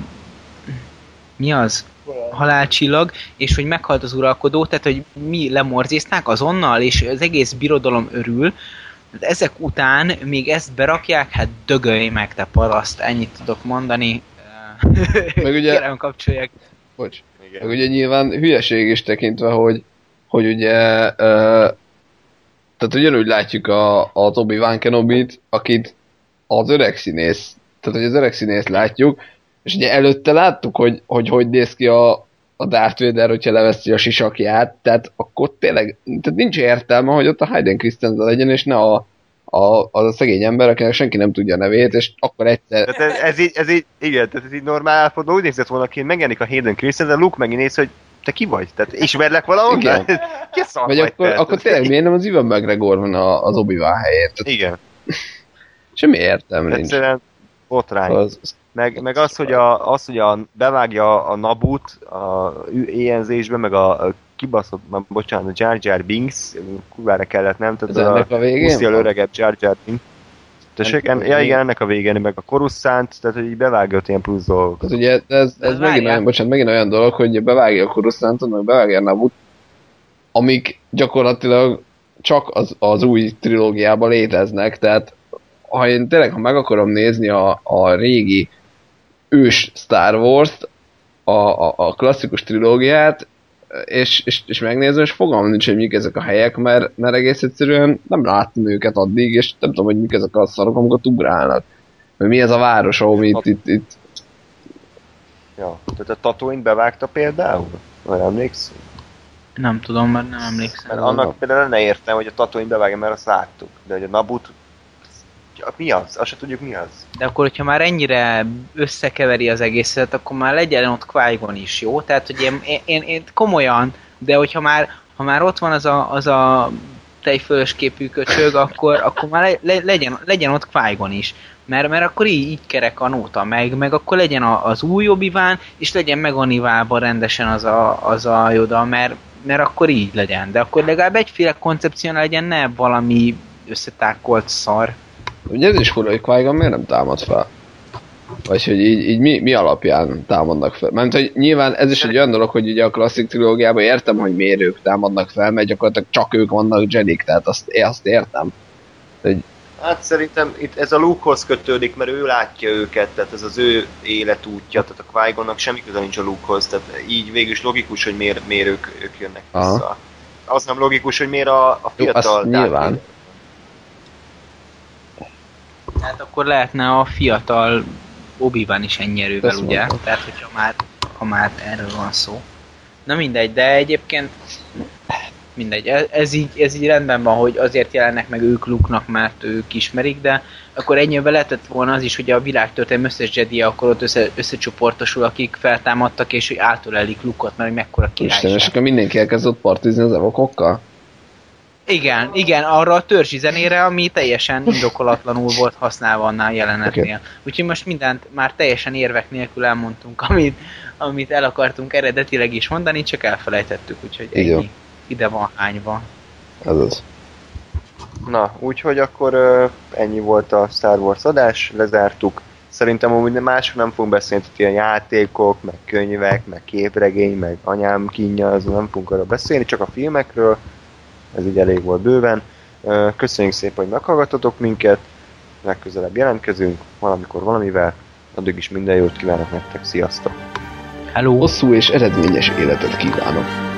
mi az? Halálcsillag, és hogy meghalt az uralkodó, tehát hogy mi lemorzézták azonnal, és az egész birodalom örül. Ezek után még ezt berakják, hát dögölj meg, te paraszt, ennyit tudok mondani. Meg ugye, kérem, kapcsolják. Bocs. Meg ugye nyilván hülyeség is tekintve, hogy, hogy ugye uh, tehát ugyanúgy látjuk a, a Obi-Wan Kenobit, akit az öreg színész, tehát hogy az öreg színész látjuk, és ugye előtte láttuk, hogy hogy, hogy néz ki a, a Darth Vader, hogyha leveszi a sisakját, tehát akkor tényleg tehát nincs értelme, hogy ott a Hayden Christensen legyen, és ne a, a, az a szegény ember, akinek senki nem tudja a nevét, és akkor egyszer... Tehát ez, ez, így, ez így, igen, tehát ez így normál állapotban úgy nézett volna, aki megjelenik a Hayden Christensen, de Luke megint néz, hogy te ki vagy? Tehát ismerlek valahol? Igen. Ki szar vagy vagy akkor, te? akkor tényleg miért nem az Ewan McGregor van az Obi-Wan helyét? Igen. Semmi értelme nincs. Egyszerűen botrány. Az, meg, meg az, hogy, a, az, hogy a, bevágja a Nabut a éjenzésbe, meg a, a kibaszott, bocsánat, a Jar Jar Binks, kurvára kellett, nem? Tehát ez a, ennek a végén? Puszi a öregebb Jar Jar Binks. Tessék, en, ja igen, ennek a végén, meg a Coruscant, tehát hogy így bevágja ott ilyen plusz dolgokat. Hát ugye ez, ez megint, olyan, bocsánat, megint olyan dolog, hogy bevágja a Coruscantot, meg bevágja a Nabut, amik gyakorlatilag csak az, az új trilógiában léteznek, tehát ha én tényleg, ha meg akarom nézni a, a régi ős Star Wars-t, a, a, a klasszikus trilógiát, és, és, és megnézem, és fogalmam nincs, hogy mik ezek a helyek, mert, mert egész egyszerűen nem láttam őket addig, és nem tudom, hogy mik ezek a szarok, amikor ugrálnak. Vagy mi ez a város, ahol itt, itt, itt... Ja, tehát a Tatooine bevágta például? Vagy emlékszem? Nem tudom, mert nem emlékszem. Mert annak például lenne értem, hogy a Tatooine bevágja, mert azt láttuk. De hogy a Nabut... Mi az? Azt se tudjuk, mi az. De akkor, hogyha már ennyire összekeveri az egészet, akkor már legyen ott Qui-Gon is, jó? Tehát, hogy én, én, én, én komolyan, de hogyha már, ha már ott van az a, az a tejfölös képű köcsög, akkor, akkor már le, le, legyen, legyen ott Qui-Gon is. Mert, mert akkor így, így kerek a nóta meg, meg akkor legyen a, az új Obi-Wan, és legyen meganiválva rendesen az a, az a Yoda, mert, mert akkor így legyen. De akkor legalább egyféle koncepció legyen, ne valami összetákolt szar. Ugye ez is fura, hogy Qui-Gon miért nem támad fel? Vagy hogy így, így mi, mi alapján támadnak fel? Mert hogy nyilván ez is egy olyan dolog, hogy ugye a klasszik trilógiában értem, hogy miért ők támadnak fel, mert gyakorlatilag csak ők vannak Jedik, tehát azt, azt értem. Hogy... Hát szerintem itt ez a Luke-hoz kötődik, mert ő látja őket, tehát ez az ő életútja, tehát a Qui-Gonnak semmi köze nincs a Luke-hoz, tehát így végül is logikus, hogy miért, miért ők, ők jönnek vissza. Aha. Az nem logikus, hogy miért a, a fiatal... Jó, nyilván. Tehát akkor lehetne a fiatal Obi-Wan is ennyi erővel, ezt ugye? Mondom. Tehát, hogyha már, ha már erről van szó. Na mindegy, de egyébként mindegy, ez így, ez így rendben van, hogy azért jelennek meg ők Luke-nak, mert ők ismerik, de akkor ennyiben lehetett volna az is, hogy a világtörténelem összes Jedi akkor ott össze, összecsoportosul, akik feltámadtak, és hogy átölelik Luke-ot, mert hogy mekkora királyság. Isten, és akkor mindenki elkezdett partizni az evokokkal? Igen, igen, arra a törzsi zenére, ami teljesen indokolatlanul volt használva annál jelenetnél. Okay. Úgyhogy most mindent már teljesen érvek nélkül elmondtunk, amit, amit el akartunk eredetileg is mondani, csak elfelejtettük, úgyhogy ennyi. Ide van hányva. Ez az. Na, úgyhogy akkor uh, ennyi volt a Star Wars adás, lezártuk. Szerintem amúgy másról nem fogunk beszélni, hogy ilyen játékok, meg könyvek, meg képregény, meg anyám kínja, azon nem fogunk arra beszélni, csak a filmekről. Ez így elég volt bőven. Köszönjük szépen, hogy meghallgatotok minket. Legközelebb jelentkezünk, valamikor valamivel. Addig is minden jót kívánok nektek, sziasztok! Hello! Hosszú és eredményes életet kívánok!